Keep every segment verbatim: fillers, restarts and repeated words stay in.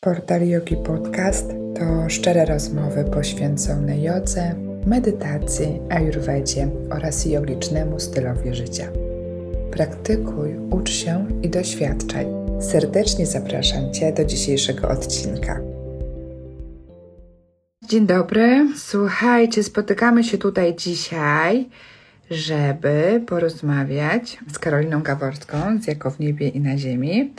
Portal Yogi Podcast to szczere rozmowy poświęcone jodze, medytacji, ajurwedzie oraz jogicznemu stylowi życia. Praktykuj, ucz się i doświadczaj. Serdecznie zapraszam Cię do dzisiejszego odcinka. Dzień dobry, słuchajcie, spotykamy się tutaj dzisiaj, żeby porozmawiać z Karoliną Gaworską z Jako w niebie i na ziemi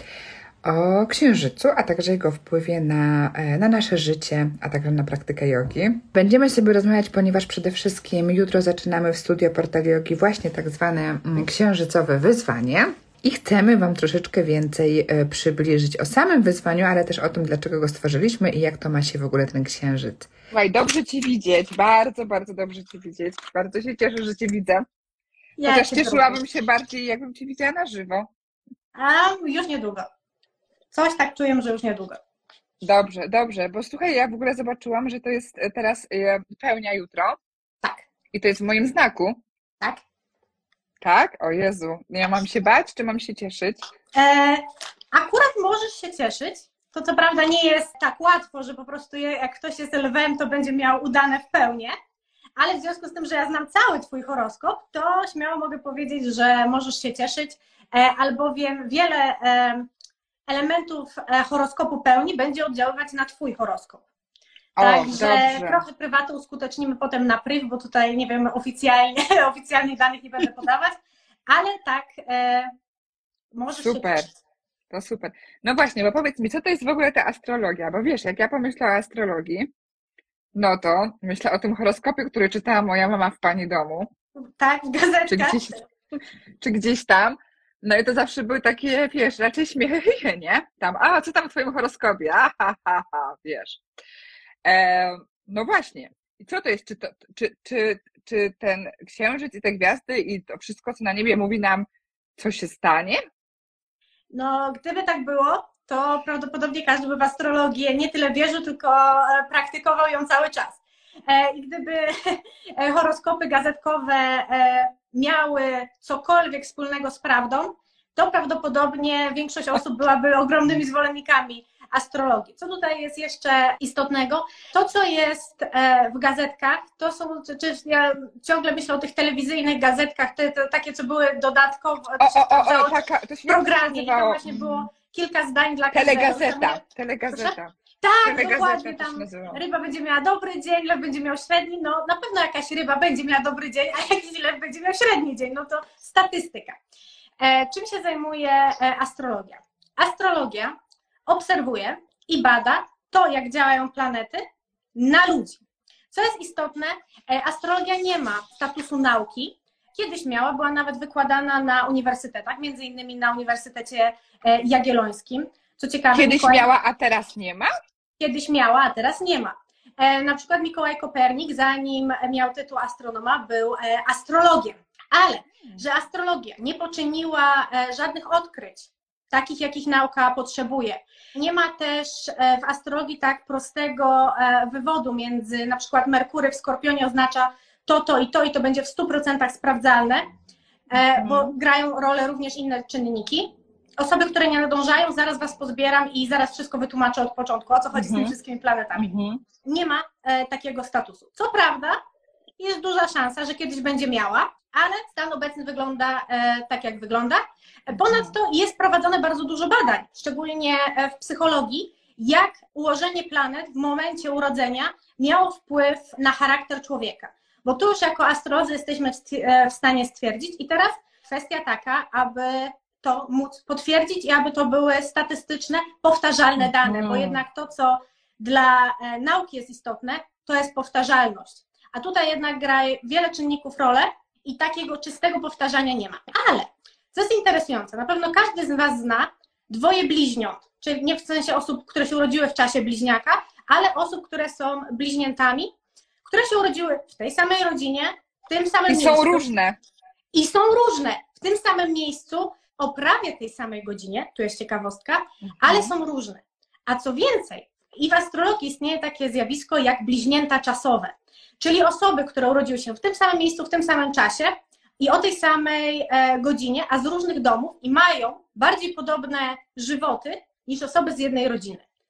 o księżycu, a także jego wpływie na, na nasze życie, a także na praktykę jogi. Będziemy sobie rozmawiać, ponieważ przede wszystkim jutro zaczynamy w studio Portal Yogi właśnie tak zwane księżycowe wyzwanie i chcemy Wam troszeczkę więcej przybliżyć o samym wyzwaniu, ale też o tym, dlaczego go stworzyliśmy i jak to ma się w ogóle ten księżyc. Słuchaj, dobrze Cię widzieć, bardzo, bardzo dobrze Cię widzieć. Bardzo się cieszę, że Cię widzę. Ja Chociaż się cieszyłabym dobrze. się bardziej, jakbym Cię widziała na żywo. A już niedługo. Coś tak czuję, że już niedługo. Dobrze, dobrze, bo słuchaj, ja w ogóle zobaczyłam, że to jest teraz pełnia jutro. Tak. I to jest w moim znaku. Tak? Tak? O Jezu, ja mam się bać, czy mam się cieszyć? E, akurat możesz się cieszyć. To co prawda nie jest tak łatwo, że po prostu jak ktoś jest lwem, to będzie miał udane w pełnię. Ale w związku z tym, że ja znam cały Twój horoskop, to śmiało mogę powiedzieć, że możesz się cieszyć, e, albowiem wiele e, elementów e, horoskopu pełni będzie oddziaływać na Twój horoskop. O, Także dobrze. trochę prywatu uskutecznimy potem na priv, bo tutaj nie wiem, oficjalnie, oficjalnych danych nie będę podawać, ale tak, e, możesz Super. się cieszyć. To super. No właśnie, bo powiedz mi, co to jest w ogóle ta astrologia? Bo wiesz, jak ja pomyślałam o astrologii, no to myślę o tym horoskopie, który czytała moja mama w pani domu. Tak, w Czy gazetkach. gdzieś, czy gdzieś tam. No i to zawsze były takie, wiesz, raczej śmiechy, nie? Tam, a co tam w twoim horoskopie? A, ha, ha, ha, wiesz. E, no właśnie. I co to jest? Czy, to, czy, czy, czy ten księżyc i te gwiazdy i to wszystko, co na niebie mówi nam, co się stanie? No, gdyby tak było, to prawdopodobnie każdy by w astrologię nie tyle wierzył, tylko praktykował ją cały czas. I gdyby horoskopy gazetkowe miały cokolwiek wspólnego z prawdą, to prawdopodobnie większość osób byłaby ogromnymi zwolennikami astrologii. Co tutaj jest jeszcze istotnego? To, co jest w gazetkach, to są, czy ja ciągle myślę o tych telewizyjnych gazetkach, te, te takie, co były dodatkowo O, o, o, o taka, to w się programie i tam nazywało. właśnie było kilka zdań dla każdego. Telegazeta, telegazeta. Tak, Telegazeta dokładnie, to się tam nazywało. ryba będzie miała dobry dzień, lew będzie miał średni, no na pewno jakaś ryba będzie miała dobry dzień, a jakiś lew będzie miał średni dzień, no to statystyka. E, czym się zajmuje e, astrologia? Astrologia obserwuje i bada to, jak działają planety na ludzi. Co jest istotne, e, astrologia nie ma statusu nauki. Kiedyś miała, była nawet wykładana na uniwersytetach, między innymi na Uniwersytecie e, Jagiellońskim. Co ciekawe, Kiedyś Mikołaj... miała, a teraz nie ma? Kiedyś miała, a teraz nie ma. E, na przykład Mikołaj Kopernik, zanim miał tytuł astronoma, był e, astrologiem. Ale, że astrologia nie poczyniła e, żadnych odkryć, takich jakich nauka potrzebuje. Nie ma też e, w astrologii tak prostego e, wywodu między na przykład Merkury w Skorpionie oznacza to, to i to i to będzie w stu procentach sprawdzalne, e, bo grają rolę również inne czynniki. Osoby, które nie nadążają, zaraz Was pozbieram i zaraz wszystko wytłumaczę od początku, o co chodzi z tymi wszystkimi planetami. Nie ma e, takiego statusu. Co prawda, jest duża szansa, że kiedyś będzie miała, ale stan obecny wygląda e, tak, jak wygląda. Ponadto jest prowadzone bardzo dużo badań, szczególnie w psychologii, jak ułożenie planet w momencie urodzenia miało wpływ na charakter człowieka. Bo tu już jako astrolodzy jesteśmy w, w stanie stwierdzić i teraz kwestia taka, aby to móc potwierdzić i aby to były statystyczne, powtarzalne dane, bo jednak to, co dla nauki jest istotne, to jest powtarzalność. A tutaj jednak gra wiele czynników rolę i takiego czystego powtarzania nie ma. Ale, co jest interesujące, na pewno każdy z Was zna dwoje bliźniąt, czyli nie w sensie osób, które się urodziły w czasie bliźniaka, ale osób, które są bliźniętami, które się urodziły w tej samej rodzinie, w tym samym I miejscu. są różne. I są różne. W tym samym miejscu, o prawie tej samej godzinie, tu jest ciekawostka, ale są różne. A co więcej, i w astrologii istnieje takie zjawisko jak bliźnięta czasowe, czyli osoby, które urodziły się w tym samym miejscu, w tym samym czasie i o tej samej godzinie, a z różnych domów i mają bardziej podobne żywoty niż osoby z jednej rodziny.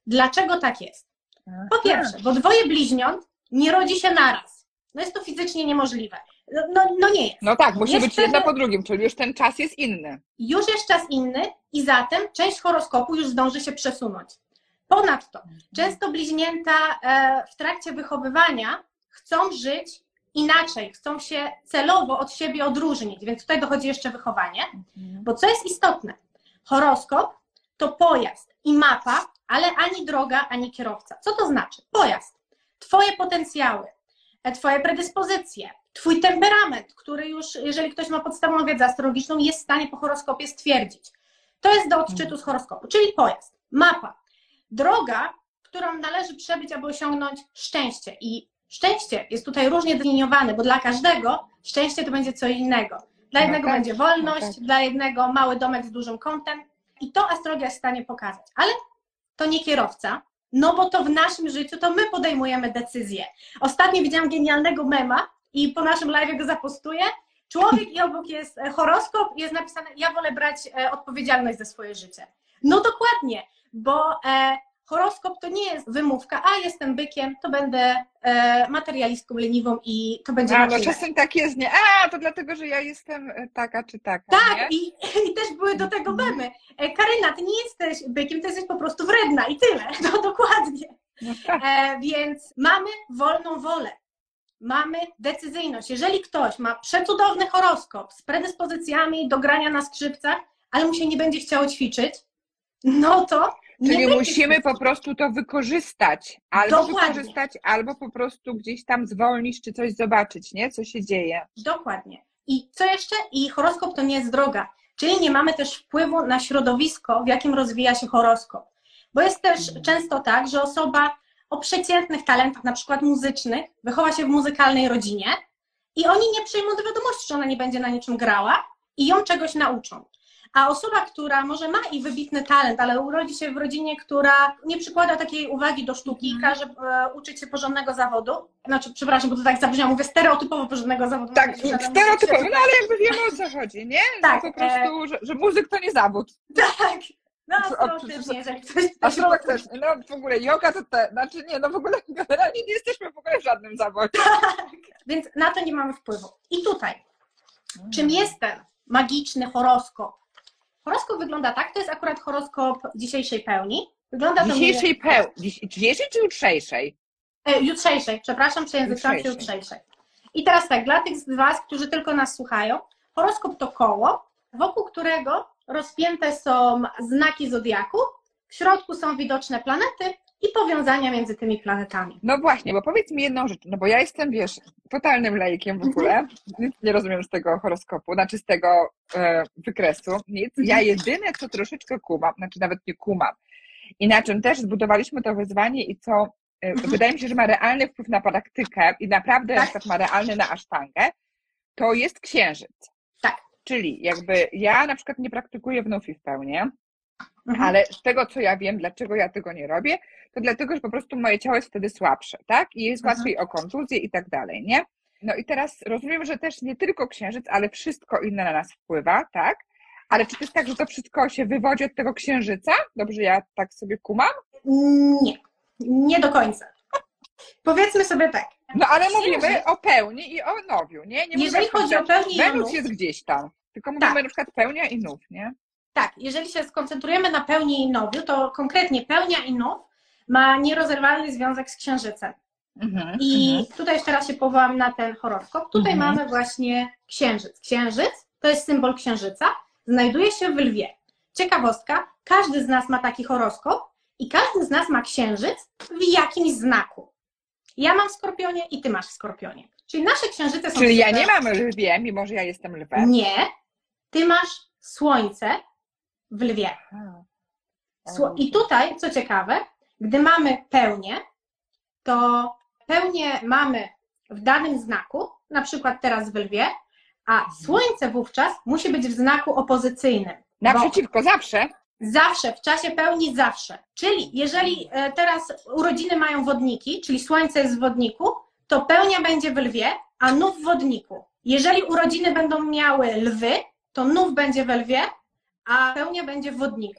Dlaczego tak jest? Po pierwsze, bo dwoje bliźniąt nie rodzi się naraz. No jest to fizycznie niemożliwe. No, no nie jest. No tak, musi Jest być wtedy- jedno po drugim, czyli już ten czas jest inny. Już jest czas inny i zatem część horoskopu już zdąży się przesunąć. Ponadto, często bliźnięta e, w trakcie wychowywania chcą żyć inaczej, chcą się celowo od siebie odróżnić, więc tutaj dochodzi jeszcze wychowanie. Bo co jest istotne? Horoskop to pojazd i mapa, ale ani droga, ani kierowca. Co to znaczy? Pojazd. Twoje potencjały, twoje predyspozycje, twój temperament, który już, jeżeli ktoś ma podstawową wiedzę astrologiczną, jest w stanie po horoskopie stwierdzić. To jest do odczytu z horoskopu, czyli pojazd, mapa, droga, którą należy przebyć, aby osiągnąć szczęście. I szczęście jest tutaj różnie definiowane, bo dla każdego szczęście to będzie co innego. Dla No jednego tak, będzie wolność, no tak. dla jednego mały domek z dużym kątem i to astrologia jest w stanie pokazać. Ale to nie kierowca, no bo to w naszym życiu to my podejmujemy decyzje. Ostatnio widziałam genialnego mema i po naszym live go zapostuję. Człowiek i obok jest horoskop i jest napisane, ja wolę brać e, odpowiedzialność za swoje życie. No dokładnie, bo e, horoskop to nie jest wymówka, a jestem bykiem, to będę e, materialistką leniwą i to będzie A, na no tyle. czasem tak jest, nie? A, to dlatego, że ja jestem e, taka czy taka, Tak, nie? i, i też były do tego memy. E, Karyna, ty nie jesteś bykiem, ty jesteś po prostu wredna i tyle. No dokładnie. No tak. E, więc mamy wolną wolę. Mamy decyzyjność. Jeżeli ktoś ma przecudowny horoskop z predyspozycjami do grania na skrzypcach, ale mu się nie będzie chciało ćwiczyć, no to nie Czyli będzie musimy ćwiczyć. po prostu to wykorzystać. Albo Dokładnie. wykorzystać, albo po prostu gdzieś tam zwolnić, czy coś zobaczyć, nie? Co się dzieje. Dokładnie. I co jeszcze? I horoskop to nie jest droga. Czyli nie mamy też wpływu na środowisko, w jakim rozwija się horoskop. Bo jest też często tak, że osoba o przeciętnych talentach, na przykład muzycznych, wychowa się w muzykalnej rodzinie i oni nie przyjmą do wiadomości, że ona nie będzie na niczym grała i ją czegoś nauczą. A osoba, która może ma i wybitny talent, ale urodzi się w rodzinie, która nie przykłada takiej uwagi do sztuki i każe e, uczyć się porządnego zawodu, znaczy, przepraszam, bo to tak zabrzmiało, mówię stereotypowo porządnego zawodu. Tak, Mówię, żaden stereotypowo, muzyk no ale jakby wiemy, o co chodzi, nie? Że Tak, po prostu, że, że muzyk to nie zawód. Tak, no Co- absolutnie, jeżeli ktoś... A szybak też, no w ogóle yoga to te, znaczy nie, no w ogóle generalnie nie jesteśmy w ogóle w żadnym zawodzie. Więc na to nie mamy wpływu. I tutaj, czym jest ten magiczny horoskop? Horoskop wygląda tak, to jest akurat horoskop dzisiejszej pełni. Wygląda to Dzisiejszej peł, dziś, dzisiejszej czy jutrzejszej? E, jutrzejszej, przepraszam, przejęzyczyłam się Jutrzejszej. jutrzejszej. I teraz tak, dla tych z Was, którzy tylko nas słuchają, horoskop to koło, wokół którego rozpięte są znaki zodiaku, w środku są widoczne planety i powiązania między tymi planetami. No właśnie, bo powiedz mi jedną rzecz, no bo ja jestem, wiesz, totalnym laikiem w ogóle, nic nie rozumiem z tego horoskopu, znaczy z tego e, wykresu, nic. Ja jedyne, co troszeczkę kumam, znaczy nawet nie kumam, i na czym też zbudowaliśmy to wyzwanie i co e, wydaje mi się, że ma realny wpływ na praktykę i naprawdę na przykład ma realny na asztangę, to jest księżyc. Tak. Czyli jakby ja na przykład nie praktykuję w Nufi w pełni, Mhm. ale z tego, co ja wiem, dlaczego ja tego nie robię, to dlatego, że po prostu moje ciało jest wtedy słabsze, tak? I jest Mhm. łatwiej o kontuzję i tak dalej, nie? No i teraz rozumiem, że też nie tylko księżyc, ale wszystko inne na nas wpływa, tak? Ale czy to jest tak, że to wszystko się wywodzi od tego księżyca? Dobrze, ja tak sobie kumam? Nie, nie do końca. Powiedzmy sobie tak. No ale Księżyc- mówimy o pełni i o nowiu, nie? Nie Jeżeli mówimy, chodzi o że pełnię i o Wenus nów, jest gdzieś tam, tylko mówimy Tak. na przykład pełnia i nów, nie? tak, jeżeli się skoncentrujemy na pełni i nowiu, to konkretnie pełnia i nów ma nierozerwalny związek z księżycem. Mhm, I mhm. tutaj jeszcze raz się powołam na ten horoskop. Tutaj Mhm. mamy właśnie księżyc. Księżyc to jest symbol księżyca, znajduje się w lwie. Ciekawostka, każdy z nas ma taki horoskop i każdy z nas ma księżyc w jakimś znaku. Ja mam w Skorpionie i ty masz w Skorpionie. Czyli nasze księżyce są... Czyli ja super- nie mam lwie, mimo że ja jestem lwem. Nie, ty masz słońce w lwie. Aha. Sło- I tutaj, co ciekawe, gdy mamy pełnię, to pełnię mamy w danym znaku, na przykład teraz w lwie, a słońce wówczas musi być w znaku opozycyjnym. bo Naprzeciwko, zawsze. Zawsze, w czasie pełni zawsze. Czyli jeżeli e, teraz urodziny mają wodniki, czyli słońce jest w wodniku, to pełnia będzie w lwie, a nów w wodniku. Jeżeli urodziny będą miały lwy, to nów będzie we lwie, a pełnia będzie w wodniku.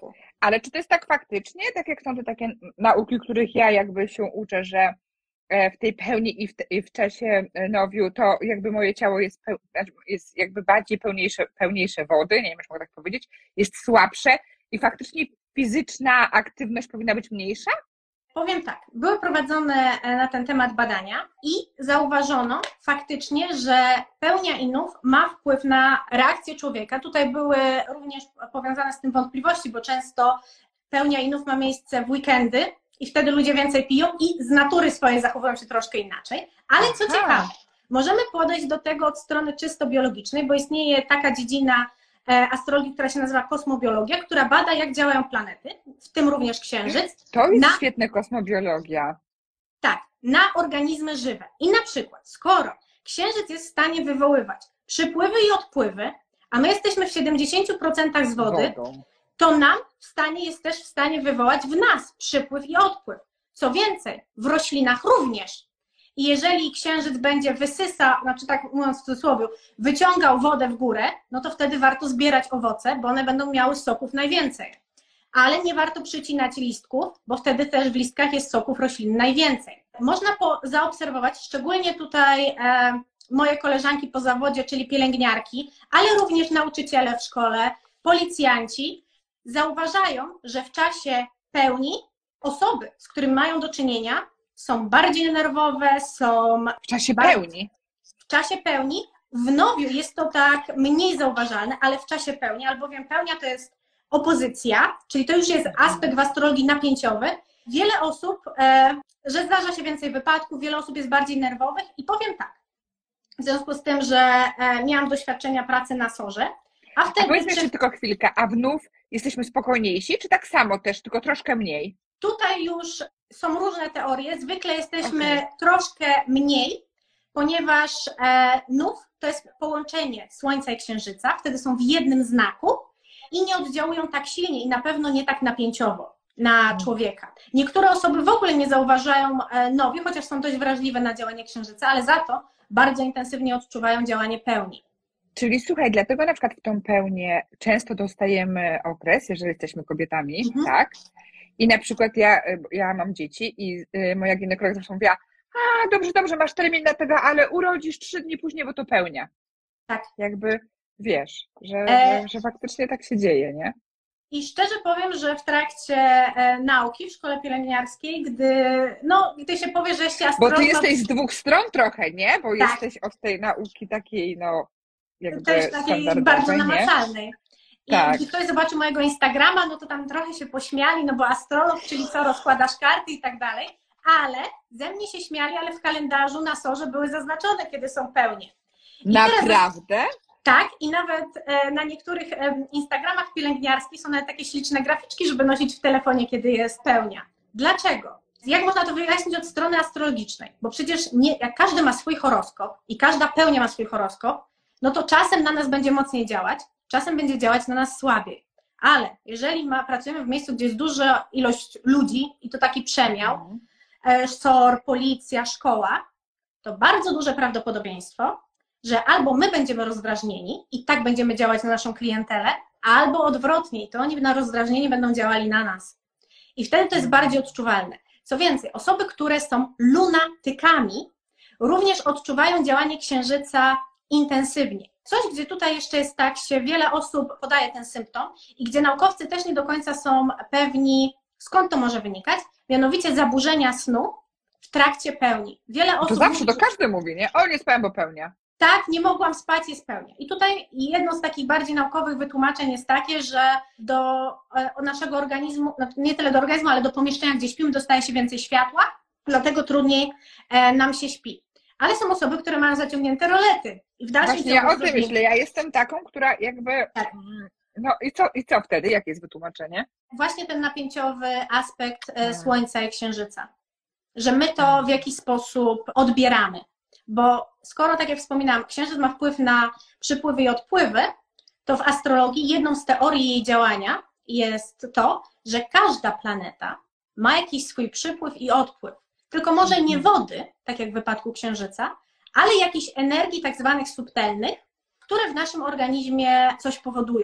Ale czy to jest tak faktycznie, tak jak są te takie nauki, których ja jakby się uczę, że w tej pełni i w, te, i w czasie nowiu, to jakby moje ciało jest, peł, jest jakby bardziej pełniejsze, pełniejsze wody, nie wiem, czy mogę tak powiedzieć, jest słabsze i faktycznie fizyczna aktywność powinna być mniejsza? Powiem tak, były prowadzone na ten temat badania i zauważono faktycznie, że pełnia inów ma wpływ na reakcję człowieka. Tutaj były również powiązane z tym wątpliwości, bo często pełnia inów ma miejsce w weekendy i wtedy ludzie więcej piją i z natury swojej zachowują się troszkę inaczej. Ale co Aha. ciekawe, możemy podejść do tego od strony czysto biologicznej, bo istnieje taka dziedzina astrologii, która się nazywa kosmobiologia, która bada, jak działają planety, w tym również Księżyc. To jest na, świetna kosmobiologia. Tak, na organizmy żywe. I na przykład, skoro Księżyc jest w stanie wywoływać przypływy i odpływy, a my jesteśmy w siedemdziesięciu procentach z wody, Wodą. to nam w stanie jest też w stanie wywołać w nas przypływ i odpływ. Co więcej, w roślinach również. I jeżeli Księżyc będzie wysysał, znaczy tak mówiąc w cudzysłowie, wyciągał wodę w górę, no to wtedy warto zbierać owoce, bo one będą miały soków najwięcej. Ale nie warto przycinać listków, bo wtedy też w listkach jest soków roślin najwięcej. Można po, zaobserwować, szczególnie tutaj e, moje koleżanki po zawodzie, czyli pielęgniarki, ale również nauczyciele w szkole, policjanci, zauważają, że w czasie pełni osoby, z którymi mają do czynienia, są bardziej nerwowe, są... W czasie bardziej... pełni? W czasie pełni. W nowiu jest to tak mniej zauważalne, ale w czasie pełni, albowiem pełnia to jest opozycja, czyli to już jest aspekt w astrologii napięciowy. Wiele osób, e, że zdarza się więcej wypadków, wiele osób jest bardziej nerwowych i powiem tak, w związku z tym, że e, miałam doświadczenia pracy na sorze, a A wtedy... powiedzmy czy... jeszcze tylko chwilkę, a wnów jesteśmy spokojniejsi, czy tak samo też, tylko troszkę mniej? Tutaj już są różne teorie, zwykle jesteśmy Okay. troszkę mniej, ponieważ e, nów to jest połączenie Słońca i Księżyca, wtedy są w jednym znaku i nie oddziałują tak silnie i na pewno nie tak napięciowo na człowieka. Niektóre osoby w ogóle nie zauważają e, nowi, chociaż są dość wrażliwe na działanie Księżyca, ale za to bardzo intensywnie odczuwają działanie pełni. Czyli słuchaj, dlatego na przykład w tą pełnię często dostajemy okres, jeżeli jesteśmy kobietami, Mhm. tak? I na przykład ja, ja mam dzieci i moja ginekolog zawsze mówiła, a dobrze, dobrze, masz termin na tego, ale urodzisz trzy dni później, bo to pełnia. Tak. Jakby wiesz, że, E... że, że faktycznie tak się dzieje, nie? I szczerze powiem, że w trakcie e, nauki w szkole pielęgniarskiej, gdy, no, gdy się powie, że się Bo astrolog... ty jesteś z dwóch stron trochę, nie? Bo Tak. jesteś od tej nauki takiej, no, jakby też takiej standardowej, bardzo nie? namacalnej. I Tak. jeśli ktoś zobaczy mojego Instagrama, no to tam trochę się pośmiali, no bo astrolog, czyli co, rozkładasz karty i tak dalej, ale ze mnie się śmiali, ale w kalendarzu na sorze były zaznaczone, kiedy są pełnie. I Naprawdę? Teraz, tak, i nawet e, na niektórych e, Instagramach pielęgniarskich są nawet takie śliczne graficzki, żeby nosić w telefonie, kiedy jest pełnia. Dlaczego? Jak można to wyjaśnić od strony astrologicznej? Bo przecież nie, jak każdy ma swój horoskop i każda pełnia ma swój horoskop, no to czasem na nas będzie mocniej działać, czasem będzie działać na nas słabiej. Ale jeżeli ma, pracujemy w miejscu, gdzie jest duża ilość ludzi i to taki przemiał, e, S O R, policja, szkoła, to bardzo duże prawdopodobieństwo, że albo my będziemy rozdrażnieni i tak będziemy działać na naszą klientelę, albo odwrotnie, to oni na rozdrażnienie będą działali na nas. I wtedy to jest bardziej odczuwalne. Co więcej, osoby, które są lunatykami, również odczuwają działanie Księżyca intensywnie. Coś, gdzie tutaj jeszcze jest tak, się wiele osób podaje ten symptom i gdzie naukowcy też nie do końca są pewni, skąd to może wynikać, mianowicie zaburzenia snu w trakcie pełni. Wiele osób... To zawsze, to każdy mówi, nie? O, nie spałem, bo pełnia. Tak, nie mogłam spać, jest pełnia. I tutaj jedno z takich bardziej naukowych wytłumaczeń jest takie, że do naszego organizmu, nie tyle do organizmu, ale do pomieszczenia, gdzie śpimy, dostaje się więcej światła, dlatego trudniej nam się śpi. Ale są osoby, które mają zaciągnięte rolety. I w dalszym Właśnie ja o ciągu tym myślę. Ja jestem taką, która jakby... Tak. No i co, i co wtedy? Jakie jest wytłumaczenie? Właśnie ten napięciowy aspekt Słońca i Księżyca. Że my to w jakiś sposób odbieramy. Bo skoro, tak jak wspominałam, Księżyc ma wpływ na przypływy i odpływy, to w astrologii jedną z teorii jej działania jest to, że każda planeta ma jakiś swój przypływ i odpływ. Tylko może nie wody, tak jak w wypadku Księżyca, ale jakichś energii tak zwanych subtelnych, które w naszym organizmie coś powodują.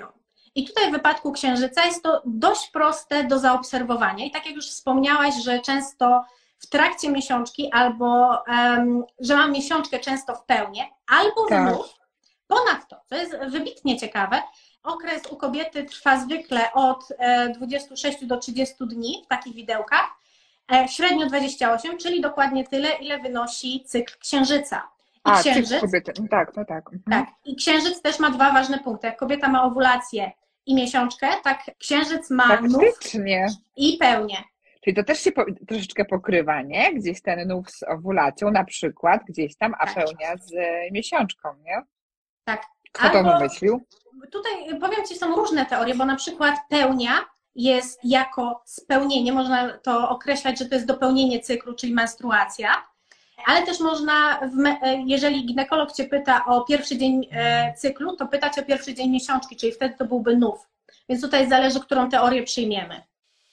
I tutaj w wypadku Księżyca jest to dość proste do zaobserwowania. I tak jak już wspomniałaś, że często w trakcie miesiączki albo, um, że mam miesiączkę często w pełni, albo Tak. w nów. Ponadto, co jest wybitnie ciekawe, okres u kobiety trwa zwykle od dwudziestu sześciu do trzydziestu dni w takich widełkach, średnio dwadzieścia osiem, czyli dokładnie tyle, ile wynosi cykl Księżyca. I A, księżyc, cykl kobiety. No tak, no tak. Mhm. tak. I księżyc też ma dwa ważne punkty. Jak kobieta ma owulację i miesiączkę, tak księżyc ma nów Faktycznie. i pełnię. Czyli to też się po, troszeczkę pokrywa, nie? Gdzieś ten nów z owulacją na przykład, gdzieś tam, a Tak. pełnia z e, miesiączką, nie? Tak. Kto to Albo- wymyślił? Tutaj powiem Ci, są różne teorie, bo na przykład pełnia jest jako spełnienie, można to określać, że to jest dopełnienie cyklu, czyli menstruacja, ale też można, w me- jeżeli ginekolog Cię pyta o pierwszy dzień e, cyklu, to pytać o pierwszy dzień miesiączki, czyli wtedy to byłby nów. Więc tutaj zależy, którą teorię przyjmiemy.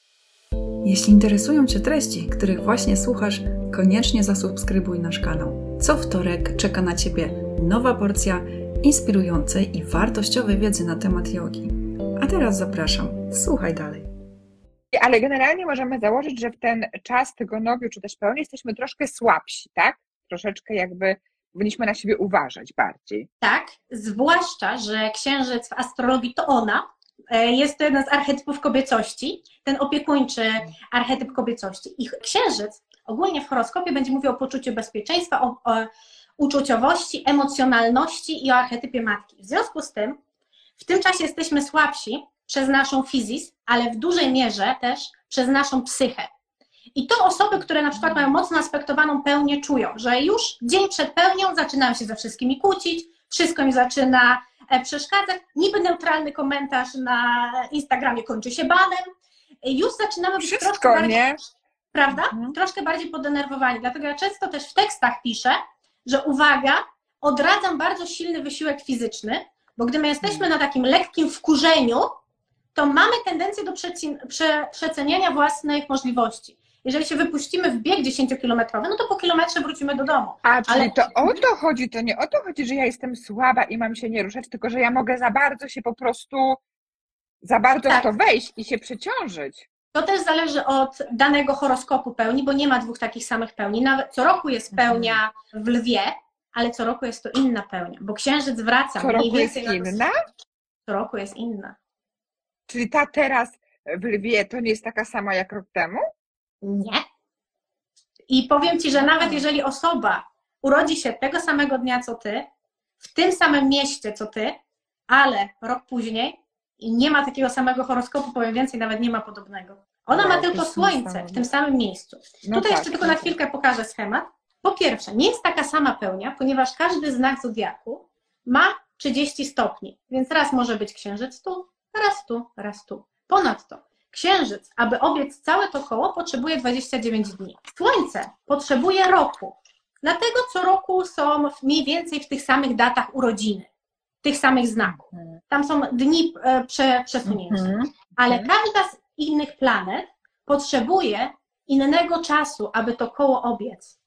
Jeśli interesują Cię treści, których właśnie słuchasz, koniecznie zasubskrybuj nasz kanał. Co wtorek czeka na Ciebie nowa porcja inspirującej i wartościowej wiedzy na temat jogi. A teraz zapraszam, słuchaj dalej. Ale generalnie możemy założyć, że w ten czas tygodniowy, czy też pełni, jesteśmy troszkę słabsi, tak? Troszeczkę jakby powinniśmy na siebie uważać bardziej. Tak, zwłaszcza, że księżyc w astrologii to ona. Jest to jeden z archetypów kobiecości, ten opiekuńczy archetyp kobiecości. I księżyc ogólnie w horoskopie będzie mówił o poczuciu bezpieczeństwa, o, o uczuciowości, emocjonalności i o archetypie matki. W związku z tym w tym czasie jesteśmy słabsi przez naszą fizis, ale w dużej mierze też przez naszą psychę. I to osoby, które na przykład mają mocno aspektowaną pełnię, czują, że już dzień przed pełnią zaczynają się ze wszystkimi kłócić, wszystko im zaczyna przeszkadzać, niby neutralny komentarz na Instagramie kończy się banem, już zaczynamy być Wszystko, troszkę bardziej, nie? prawda? Mhm. Troszkę bardziej podenerwowani. Dlatego ja często też w tekstach piszę, że uwaga, odradzam bardzo silny wysiłek fizyczny, bo gdy my jesteśmy na takim lekkim wkurzeniu, to mamy tendencję do przeci- prze- przeceniania własnych możliwości. Jeżeli się wypuścimy w bieg dziesięciokilometrowy, no to po kilometrze wrócimy do domu. A, czyli Ale- to o to chodzi, to nie o to chodzi, że ja jestem słaba i mam się nie ruszać, tylko że ja mogę za bardzo się po prostu, za bardzo Tak. w to wejść i się przeciążyć. To też zależy od danego horoskopu pełni, bo nie ma dwóch takich samych pełni. Nawet co roku jest pełnia w lwie, ale co roku jest to inna pełnia, bo księżyc wraca Co mniej roku jest więcej na- inna? Co roku jest inna. Czyli ta teraz w lwie to nie jest taka sama jak rok temu? Nie. I powiem Ci, że nawet jeżeli osoba urodzi się tego samego dnia co Ty, w tym samym mieście co Ty, ale rok później i nie ma takiego samego horoskopu, powiem więcej, nawet nie ma podobnego. Ona Wow, ma to tylko jest słońce niesamowite. w tym samym miejscu. No Tutaj tak, jeszcze tylko no na tak. chwilkę pokażę schemat. Po pierwsze, nie jest taka sama pełnia, ponieważ każdy znak zodiaku ma trzydzieści stopni, więc raz może być księżyc tu, raz tu, raz tu. Ponadto księżyc, aby obiec całe to koło, potrzebuje dwadzieścia dziewięć dni. Słońce potrzebuje roku. Dlatego co roku są mniej więcej w tych samych datach urodziny, tych samych znaków. Tam są dni e, prze, przesunięte. Mhm. Ale Mhm. każda z innych planet potrzebuje innego czasu, aby to koło obiec.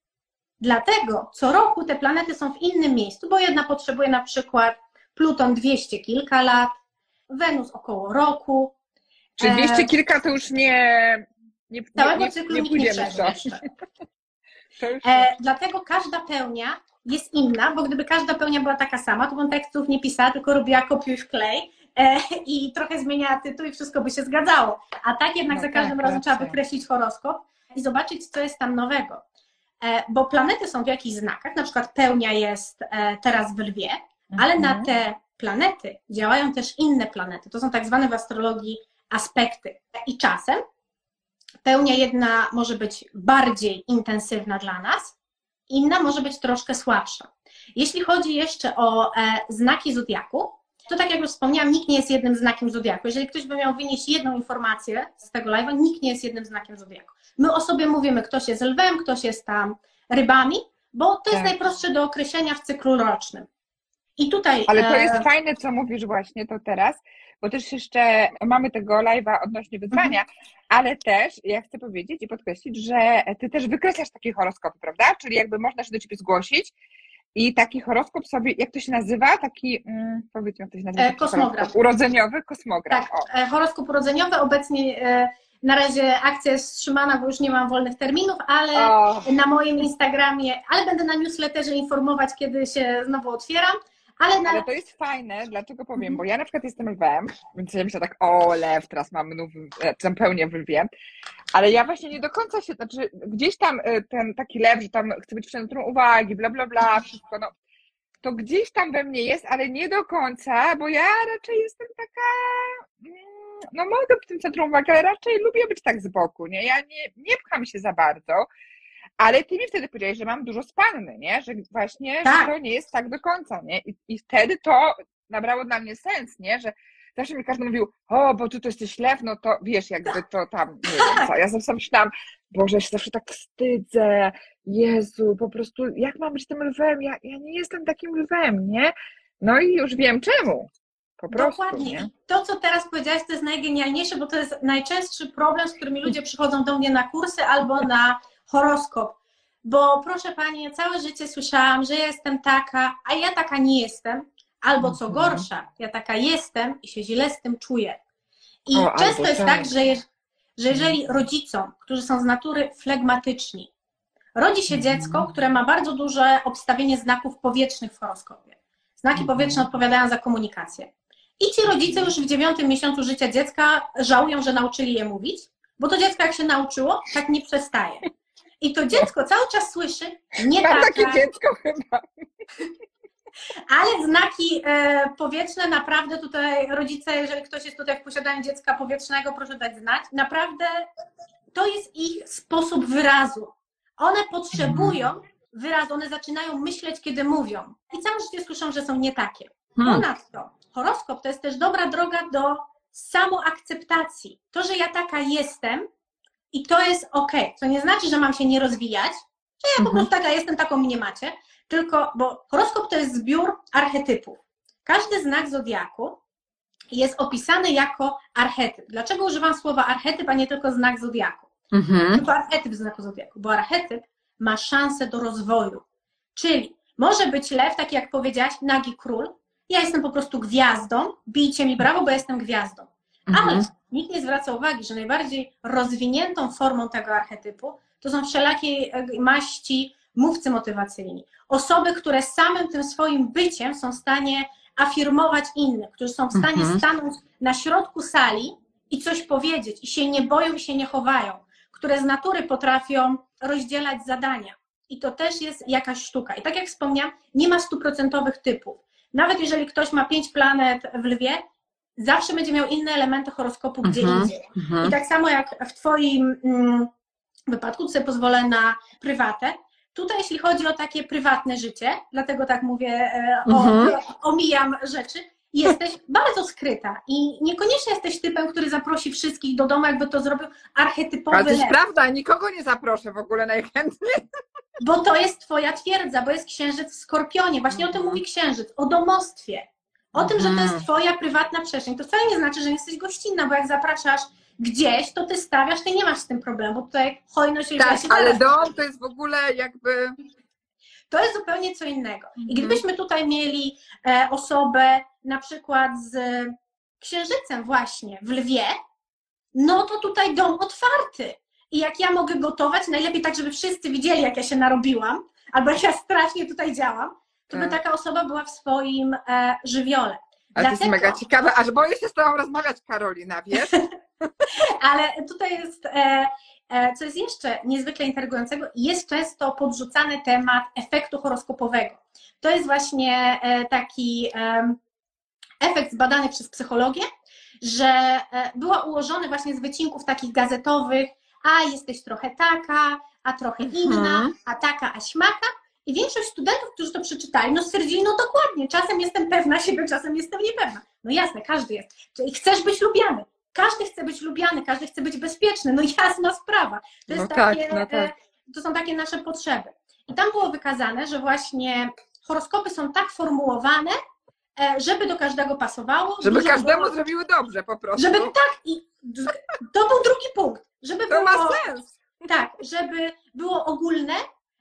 Dlatego co roku te planety są w innym miejscu, bo jedna potrzebuje na przykład Pluton dwieście kilka lat, Wenus około roku. Czy dwieście E, kilka to już nie, nie, nie, Całego nie, cyklu nie nikt nie pójdziemy w to. przeżył jeszcze. To już E, dlatego każda pełnia jest inna, bo gdyby każda pełnia była taka sama, to bym tekstów nie pisała, tylko robiła kopiuj wklej e, i trochę zmieniała tytuł i wszystko by się zgadzało. A tak jednak No za każdym tak, razem racja. trzeba wykreślić horoskop i zobaczyć, co jest tam nowego. E, bo planety są w jakichś znakach, na przykład pełnia jest e, teraz w lwie, ale na Mhm. te planety działają też inne planety. To są tak zwane w astrologii aspekty. I czasem pełnia jedna może być bardziej intensywna dla nas, inna może być troszkę słabsza. Jeśli chodzi jeszcze o e, znaki zodiaku, to tak jak już wspomniałam, nikt nie jest jednym znakiem zodiaku. Jeżeli ktoś by miał wynieść jedną informację z tego live'a, nikt nie jest jednym znakiem zodiaku. My o sobie mówimy, ktoś jest lwem, ktoś jest tam rybami, bo to jest Tak. najprostsze do określenia w cyklu rocznym. I tutaj... Ale to e, jest fajne, co mówisz właśnie to teraz, bo też jeszcze mamy tego live'a odnośnie wyzwania, ale też ja chcę powiedzieć i podkreślić, że ty też wykreślasz takie horoskopy, prawda? Czyli jakby można się do ciebie zgłosić i taki horoskop sobie, jak to się nazywa? Taki, mm, powiedz mi, jak to się nazywa? E, Taki kosmograf. horoskop urodzeniowy, kosmograf. Tak, O. e, horoskop urodzeniowy. Obecnie e, na razie akcja jest wstrzymana, bo już nie mam wolnych terminów, ale O. na moim Instagramie, ale będę na newsletterze informować, kiedy się znowu otwieram. Ale, na... Ale to jest fajne, dlaczego powiem, bo ja na przykład jestem lwem, więc ja myślę tak, o lew, teraz mam nów, czy pełnię w lwie, ale ja właśnie nie do końca się, znaczy gdzieś tam ten taki lew, że tam chcę być w centrum uwagi, bla bla bla, wszystko, no to gdzieś tam we mnie jest, ale nie do końca, bo ja raczej jestem taka, no mogę być w tym centrum uwagi, ale raczej lubię być tak z boku, nie, ja nie, nie pcham się za bardzo. Ale ty mi wtedy powiedziałeś, że mam dużo z panny, nie? Że właśnie Tak. że to nie jest tak do końca, nie? I, I wtedy to nabrało dla mnie sens, nie? Że zawsze mi każdy mówił, o, bo ty to jesteś lew, no to wiesz, jakby to tam, nie wiem co. Ja zawsze myślałam, Boże, ja się zawsze tak wstydzę, Jezu, po prostu jak mam być tym lwem? Ja, ja nie jestem takim lwem, nie? No i już wiem czemu. Po prostu, Dokładnie. nie? I to, co teraz powiedziałaś, to jest najgenialniejsze, bo to jest najczęstszy problem, z którymi ludzie przychodzą do mnie na kursy albo na horoskop. Bo proszę Pani, całe życie słyszałam, że ja jestem taka, a ja taka nie jestem. Albo co Mhm. gorsza, ja taka jestem i się źle z tym czuję. I O, często albo jest tak. tak, że, je, że jeżeli rodzicom, którzy są z natury flegmatyczni, rodzi się Mhm. dziecko, które ma bardzo duże obstawienie znaków powietrznych w horoskopie. Znaki Mhm. powietrzne odpowiadają za komunikację. I ci rodzice już w dziewiątym miesiącu życia dziecka żałują, że nauczyli je mówić, bo to dziecko jak się nauczyło, tak nie przestaje. I to dziecko cały czas słyszy, nie Mam taka, takie dziecko chyba. ale znaki e, powietrzne naprawdę tutaj rodzice, jeżeli ktoś jest tutaj w posiadaniu dziecka powietrznego, proszę dać znać. Naprawdę to jest ich sposób wyrazu. One potrzebują wyrazu, one zaczynają myśleć, kiedy mówią. I całe życie słyszą, że są nie takie. Hmm. Ponadto horoskop to jest też dobra droga do samoakceptacji. To, że ja taka jestem i to jest okej. To nie znaczy, że mam się nie rozwijać, że ja po Mhm. prostu taka jestem, taką mnie macie, tylko, bo horoskop to jest zbiór archetypów. Każdy znak zodiaku jest opisany jako archetyp. Dlaczego używam słowa archetyp, a nie tylko znak zodiaku? Mhm. Tylko archetyp znaku zodiaku, bo archetyp ma szansę do rozwoju. Czyli może być lew, taki jak powiedziałaś, nagi król. Ja jestem po prostu gwiazdą, bijcie mi brawo, bo ja jestem gwiazdą. Ale Mhm. nikt nie zwraca uwagi, że najbardziej rozwiniętą formą tego archetypu to są wszelakiej maści mówcy motywacyjni. Osoby, które samym tym swoim byciem są w stanie afirmować innych, którzy są w stanie Mhm. stanąć na środku sali i coś powiedzieć i się nie boją i się nie chowają, które z natury potrafią rozdzielać zadania. I to też jest jakaś sztuka. I tak jak wspomniałam, nie ma stuprocentowych typów. Nawet jeżeli ktoś ma pięć planet w lwie, zawsze będzie miał inne elementy horoskopu gdzie Mhm. indziej. Mhm. I tak samo jak w Twoim mm, wypadku, tu sobie pozwolę na prywatę. Tutaj jeśli chodzi o takie prywatne życie, dlatego tak mówię, e, o, Mhm. omijam rzeczy, jesteś bardzo skryta i niekoniecznie jesteś typem, który zaprosi wszystkich do domu, jakby to zrobił archetypowy Ale to jest lew. prawda, nikogo nie zaproszę w ogóle najchętniej. Bo to jest Twoja twierdza, bo jest księżyc w Skorpionie. Właśnie o tym mówi księżyc, o domostwie. O tym, że to jest Twoja prywatna przestrzeń. To wcale nie znaczy, że nie jesteś gościnna, bo jak zapraszasz gdzieś, to Ty stawiasz, Ty nie masz z tym problemu, bo tutaj hojność Tak, się ale zaraz- dom to jest w ogóle jakby... To jest zupełnie co innego. I Mhm. gdybyśmy tutaj mieli e, osobę na przykład z księżycem właśnie w lwie, no to tutaj dom otwarty. I jak ja mogę gotować, najlepiej tak, żeby wszyscy widzieli, jak ja się narobiłam, albo jak ja strasznie tutaj działam, to by Tak. taka osoba była w swoim e, żywiole. Ale to jest Dlatego- mega ciekawe, aż boję się z tobą rozmawiać, Karolina, wiesz? Ale tutaj jest, e, e, co jest jeszcze niezwykle intrygującego, jest często podrzucany temat efektu horoskopowego. To jest właśnie e, taki e, efekt zbadany przez psychologię, że e, była ułożony właśnie z wycinków takich gazetowych, a jesteś trochę taka, a trochę inna, Mhm. a taka, a śmaka. I większość studentów, którzy to przeczytali, no stwierdzili, no dokładnie, czasem jestem pewna siebie, czasem jestem niepewna. No jasne, każdy jest. Czyli chcesz być lubiany. Każdy chce być lubiany, każdy chce być bezpieczny. No jasna sprawa. To, jest No tak, takie, no tak. e, to są takie nasze potrzeby. I tam było wykazane, że właśnie horoskopy są tak formułowane, e, żeby do każdego pasowało. Żeby Dużo każdemu było- zrobiły dobrze po prostu. Żeby tak, i d- to był drugi punkt. Żeby To ma było, sens. tak, żeby było ogólne,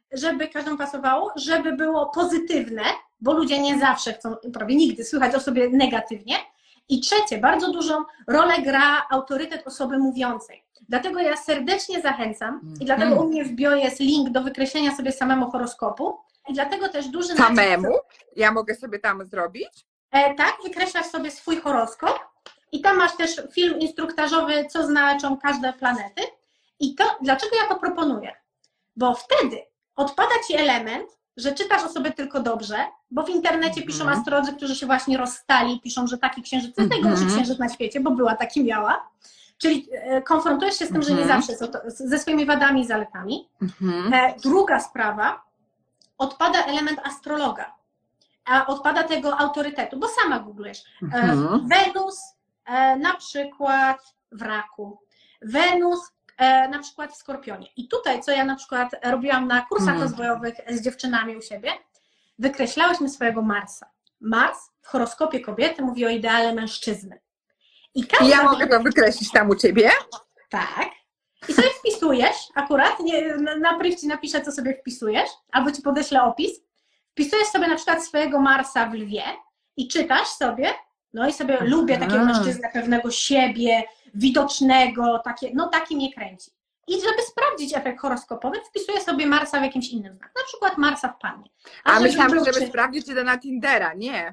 żeby każdemu pasowało, żeby było pozytywne, bo ludzie nie zawsze chcą, prawie nigdy, słychać o sobie negatywnie. I trzecie, bardzo dużą rolę gra autorytet osoby mówiącej. Dlatego ja serdecznie zachęcam mm. i dlatego u mnie w bio jest link do wykreślenia sobie samemu horoskopu i dlatego też duży nacisk... Samemu? Ja mogę sobie tam zrobić? E, tak, wykreślasz sobie swój horoskop i tam masz też film instruktażowy, co znaczą każde planety. I to, dlaczego ja to proponuję? Bo wtedy odpada Ci element, że czytasz o sobie tylko dobrze, bo w internecie piszą mm. astrolodzy, którzy się właśnie rozstali, piszą, że taki księżyc to jest mm. najgorszy księżyc na świecie, bo była, taki miała. Czyli konfrontujesz się z tym, że nie zawsze są to, ze swoimi wadami i zaletami. Mm. E, druga sprawa, odpada element astrologa, a odpada tego autorytetu, bo sama googlujesz. E, mm. Wenus e, na przykład w Raku, Wenus e, na przykład w Skorpionie. I tutaj, co ja na przykład robiłam na kursach mm. rozwojowych z dziewczynami u siebie, wykreślałyśmy swojego Marsa. Mars w horoskopie kobiety mówi o ideale mężczyzny. I ja mogę to wykreślić tam u Ciebie? Tak. I sobie wpisujesz, akurat, nie, na brief Ci napiszę, co sobie wpisujesz, albo Ci podeślę opis. Wpisujesz sobie na przykład swojego Marsa w Lwie i czytasz sobie, no i sobie Aha. lubię takiego mężczyznę pewnego siebie, widocznego, takie, no taki mnie kręci. I żeby sprawdzić efekt horoskopowy, wpisuję sobie Marsa w jakimś innym znaku, na przykład Marsa w Pannie. A, A myślałam, żeby, żeby sprawdzić, czy to na Tindera, nie.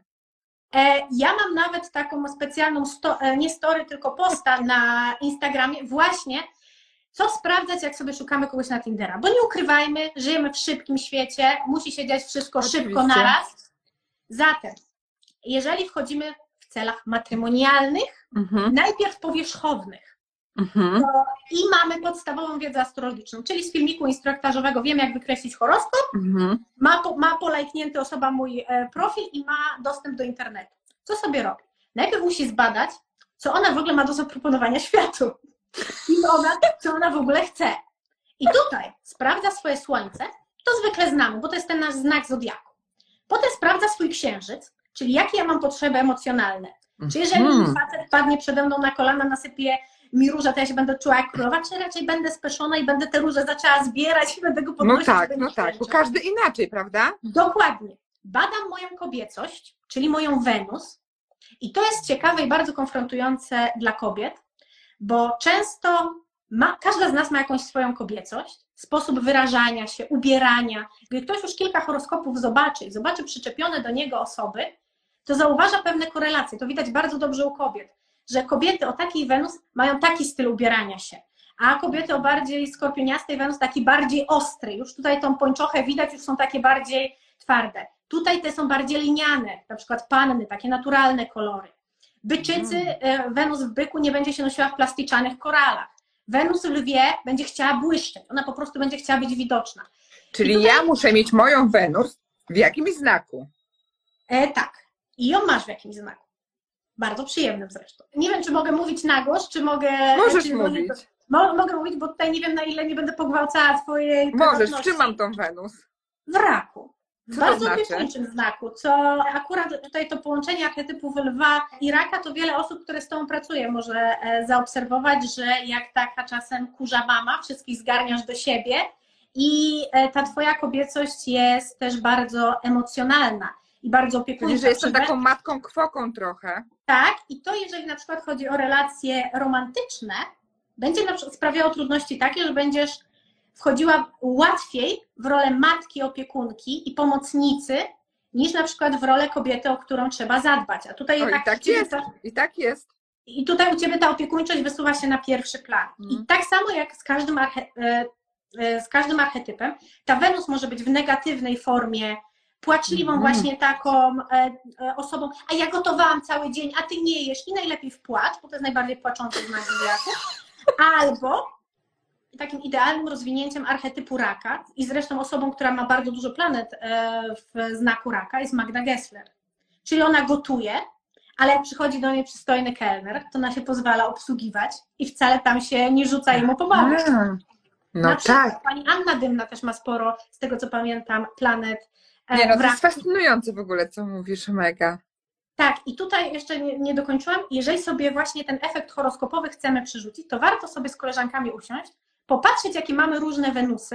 Ja mam nawet taką specjalną, sto, nie story, tylko posta na Instagramie właśnie, co sprawdzać, jak sobie szukamy kogoś na Tindera. Bo nie ukrywajmy, żyjemy w szybkim świecie, musi się dziać wszystko Oczywiście. szybko naraz. Zatem, jeżeli wchodzimy w celach matrymonialnych, mhm. najpierw powierzchownych, mhm. to i mamy podstawową wiedzę astrologiczną, czyli z filmiku instruktażowego wiem, jak wykreślić horoskop, mhm. ma, po, ma polajknięty osoba mój e, profil i ma dostęp do internetu. Co sobie robi? Najpierw musi zbadać, co ona w ogóle ma do zaproponowania światu. I ona, co ona w ogóle chce. I tutaj sprawdza swoje słońce, to zwykle znamy, bo to jest ten nasz znak zodiaku. Potem sprawdza swój księżyc, czyli jakie ja mam potrzeby emocjonalne. Czy jeżeli hmm. facet padnie przede mną na kolana, nasypie mi róże, to ja się będę czuła jak królowa, czy raczej będę speszona i będę te róże zaczęła zbierać i będę go podnosić? No tak, no tak, bo każdy inaczej, prawda? Dokładnie. Badam moją kobiecość, czyli moją Wenus i to jest ciekawe i bardzo konfrontujące dla kobiet, bo często ma, każda z nas ma jakąś swoją kobiecość, sposób wyrażania się, ubierania. Gdy ktoś już kilka horoskopów zobaczy i zobaczy przyczepione do niego osoby, to zauważa pewne korelacje. To widać bardzo dobrze u kobiet, że kobiety o takiej Wenus mają taki styl ubierania się, a kobiety o bardziej skorpioniastej Wenus taki bardziej ostry. Już tutaj tą pończochę widać, już są takie bardziej twarde. Tutaj te są bardziej liniane, na przykład panny, takie naturalne kolory. Byczycy, mm. Wenus w byku nie będzie się nosiła w plasticzanych koralach. Wenus w lwie będzie chciała błyszczeć, ona po prostu będzie chciała być widoczna. Czyli tutaj... ja muszę mieć moją Wenus w jakimś znaku. E, tak. I ją masz w jakimś znaku. Bardzo przyjemnym zresztą. Nie wiem, czy mogę mówić na głos, czy mogę... Możesz czy mówić. Mogę, mogę mówić, bo tutaj nie wiem, na ile nie będę pogwałcała twojej Możesz, w czym mam tą Wenus? W Raku. W Co bardzo to znaczy? opiekuńczym znaku, co akurat tutaj to połączenie archetypów lwa i raka, to wiele osób, które z tobą pracuje, może zaobserwować, że jak taka czasem kurza mama, wszystkich zgarniasz do siebie i ta twoja kobiecość jest też bardzo emocjonalna i bardzo opiekuńcza. Czyli, że jestem taką matką kwoką trochę. Tak, i to jeżeli na przykład chodzi o relacje romantyczne, będzie na przykład sprawiało trudności takie, że będziesz wchodziła łatwiej w rolę matki, opiekunki i pomocnicy, niż na przykład w rolę kobiety, o którą trzeba zadbać. A tutaj o, tak, i tak jest, ta, i tak jest. I tutaj u Ciebie ta opiekuńczość wysuwa się na pierwszy plan. Mm. I tak samo jak z każdym, arche, z każdym archetypem, ta Wenus może być w negatywnej formie, płaczliwą mm. właśnie taką osobą, a ja gotowałam cały dzień, a Ty nie jesz i najlepiej w płacz, bo to jest najbardziej płaczący znak zodiaku. Albo takim idealnym rozwinięciem archetypu raka i zresztą osobą, która ma bardzo dużo planet w znaku raka, jest Magda Gessler. Czyli ona gotuje, ale jak przychodzi do niej przystojny kelner, to ona się pozwala obsługiwać i wcale tam się nie rzuca jej mu pobawić. No na przykład tak. Pani Anna Dymna też ma sporo, z tego co pamiętam, planet Nie no, w to jest raku. fascynujące w ogóle, co mówisz, mega. Tak, i tutaj jeszcze nie, nie dokończyłam. Jeżeli sobie właśnie ten efekt horoskopowy chcemy przerzucić, to warto sobie z koleżankami usiąść, popatrzeć, jakie mamy różne Wenusy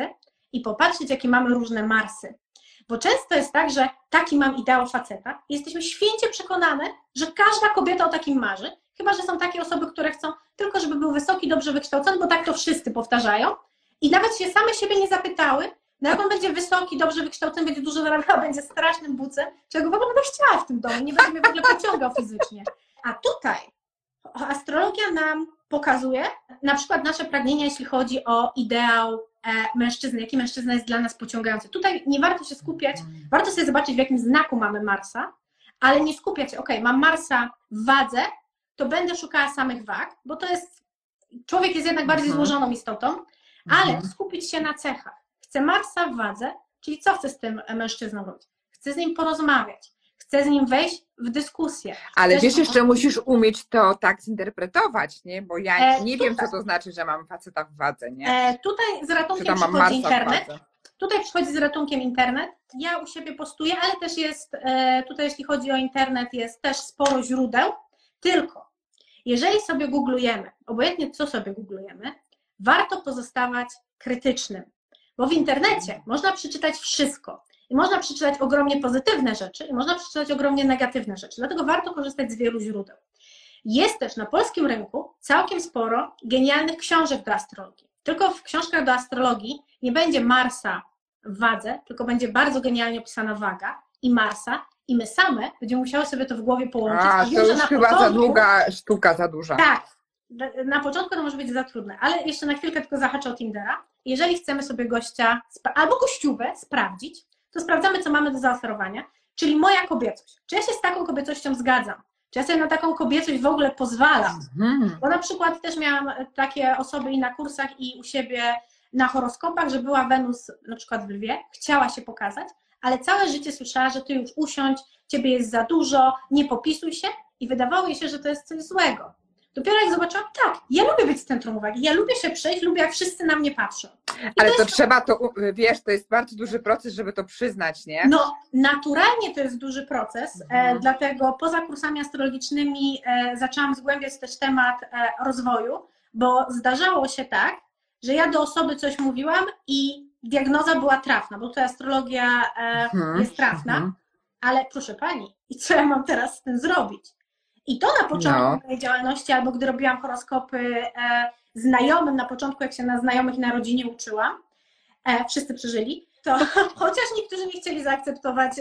i popatrzeć, jakie mamy różne Marsy. Bo często jest tak, że taki mam ideał faceta i jesteśmy święcie przekonane, że każda kobieta o takim marzy, chyba że są takie osoby, które chcą tylko, żeby był wysoki, dobrze wykształcony, bo tak to wszyscy powtarzają i nawet się same siebie nie zapytały, no jak on będzie wysoki, dobrze wykształcony, będzie dużo zarabiał, będzie strasznym bucem, czego w ogóle będę chciała w tym domu, nie będzie mnie w ogóle pociągał fizycznie. A tutaj astrologia nam pokazuje na przykład nasze pragnienia, jeśli chodzi o ideał mężczyzny, jaki mężczyzna jest dla nas pociągający. Tutaj nie warto się skupiać, warto sobie zobaczyć, w jakim znaku mamy Marsa, ale nie skupiać się, ok, mam Marsa w wadze, to będę szukała samych wag, bo to jest, człowiek jest jednak bardziej Mhm. złożoną istotą, ale Mhm. skupić się na cechach. Chcę Marsa w wadze, czyli co chcę z tym mężczyzną robić? Chcę z nim porozmawiać, chcę z nim wejść w dyskusję. Ale Chcesz- wiesz, jeszcze musisz umieć to tak zinterpretować, nie? Bo ja E, nie wiem, tutaj- co to znaczy, że mam faceta w wadze, nie? E, tutaj z Czy ratunkiem tam mam przychodzi Marsa w internet. wadze? Tutaj przychodzi z ratunkiem internet. Ja u siebie postuję, ale też jest, e, tutaj jeśli chodzi o internet, jest też sporo źródeł. Tylko, jeżeli sobie googlujemy, obojętnie co sobie googlujemy, warto pozostawać krytycznym. Bo w internecie można przeczytać wszystko. I można przeczytać ogromnie pozytywne rzeczy, i można przeczytać ogromnie negatywne rzeczy. Dlatego warto korzystać z wielu źródeł. Jest też na polskim rynku całkiem sporo genialnych książek do astrologii. Tylko w książkach do astrologii nie będzie Marsa w wadze, tylko będzie bardzo genialnie opisana waga i Marsa, i my same będziemy musiały sobie to w głowie połączyć. A, I wiem, to że już na chyba za początku- długa sztuka, za duża. Tak, na początku to może być za trudne, ale jeszcze na chwilkę tylko zahaczę o Tindera. Jeżeli chcemy sobie gościa spra- albo gościówę sprawdzić, to sprawdzamy, co mamy do zaoferowania, czyli moja kobiecość. Czy ja się z taką kobiecością zgadzam? Czy ja sobie na taką kobiecość w ogóle pozwalam? Mhm. Bo na przykład też miałam takie osoby i na kursach, i u siebie na horoskopach, że była Wenus na przykład w Lwie, chciała się pokazać, ale całe życie słyszała, że ty już usiądź, ciebie jest za dużo, nie popisuj się, i wydawało jej się, że to jest coś złego. Dopiero jak zobaczyłam, tak, ja lubię być w centrum uwagi, ja lubię się przejść, lubię, jak wszyscy na mnie patrzą. I Ale to to jest, trzeba to, u- wiesz, to jest bardzo duży proces, żeby to przyznać, nie? no, naturalnie to jest duży proces, Mhm. e, dlatego poza kursami astrologicznymi e, zaczęłam zgłębiać też temat e, rozwoju, bo zdarzało się tak, że ja do osoby coś mówiłam i diagnoza była trafna, bo tutaj astrologia e, Mhm. jest trafna, Mhm. ale proszę Pani, i co ja mam teraz z tym zrobić? I to na początku No. mojej działalności, albo gdy robiłam horoskopy e, znajomym, na początku jak się na znajomych i na rodzinie uczyłam, e, wszyscy przeżyli, to chociaż niektórzy nie chcieli zaakceptować,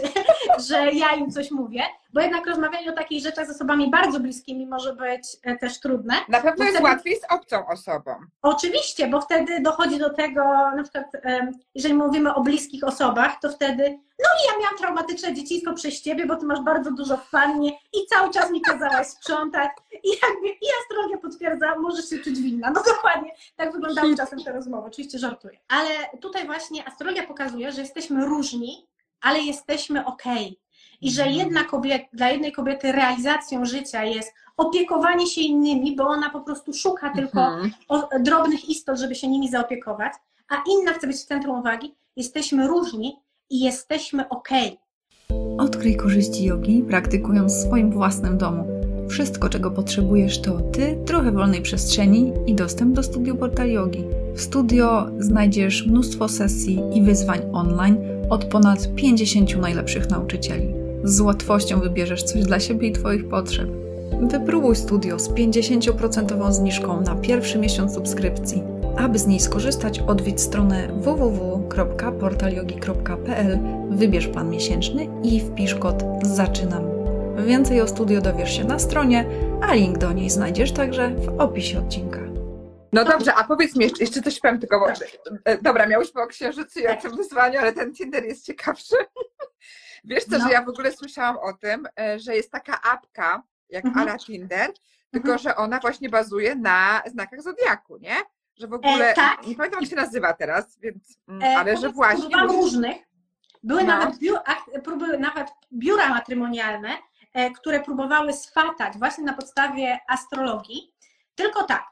że ja im coś mówię, bo jednak rozmawianie o takich rzeczach z osobami bardzo bliskimi może być e, też trudne. Na pewno Bo jest wtedy- łatwiej z obcą osobą. Oczywiście, bo wtedy dochodzi do tego, na przykład em, jeżeli mówimy o bliskich osobach, to wtedy, no i ja miałam traumatyczne dzieciństwo przez ciebie, bo ty masz bardzo dużo w pannie i cały czas mi kazałaś sprzątać i jakby i astrologia potwierdza, możesz się czuć winna. No dokładnie, tak wyglądały czasem te rozmowy, oczywiście żartuję. Ale tutaj właśnie astrologia pokazuje, że jesteśmy różni, ale jesteśmy okej. I że jedna kobieta, dla jednej kobiety realizacją życia jest opiekowanie się innymi, bo ona po prostu szuka tylko Mhm. o, drobnych istot, żeby się nimi zaopiekować, a inna chce być w centrum uwagi. Jesteśmy różni i jesteśmy okej. Odkryj korzyści jogi, praktykując w swoim własnym domu. Wszystko, czego potrzebujesz, to ty, trochę wolnej przestrzeni i dostęp do studiu Portal Jogi. W studio znajdziesz mnóstwo sesji i wyzwań online od ponad pięćdziesięciu najlepszych nauczycieli. Z łatwością wybierzesz coś dla siebie i twoich potrzeb. Wypróbuj studio z pięćdziesiąt procent zniżką na pierwszy miesiąc subskrypcji. Aby z niej skorzystać, odwiedź stronę w w w kropka portal jogi kropka p l, wybierz plan miesięczny i wpisz kod ZACZYNAM. Więcej o studio dowiesz się na stronie, a link do niej znajdziesz także w opisie odcinka. No dobrze, a powiedz mi jeszcze, jeszcze coś powiem tylko, bo, Tak. e, dobra, miałyśmy o księżycu i o Tak. tym wyzwaniu, ale ten Tinder jest ciekawszy. Wiesz co, No. że ja w ogóle słyszałam o tym, e, że jest taka apka, jak Mhm. ala Tinder, tylko Mhm. że ona właśnie bazuje na znakach Zodiaku, nie? Że w ogóle, E, tak. nie pamiętam jak się nazywa teraz, więc, mm, E, ale że powiedz, właśnie... próbowałam musisz- różnych. Były, No. nawet biu, ak, próby, nawet biura matrymonialne, e, które próbowały swatać właśnie na podstawie astrologii. Tylko tak,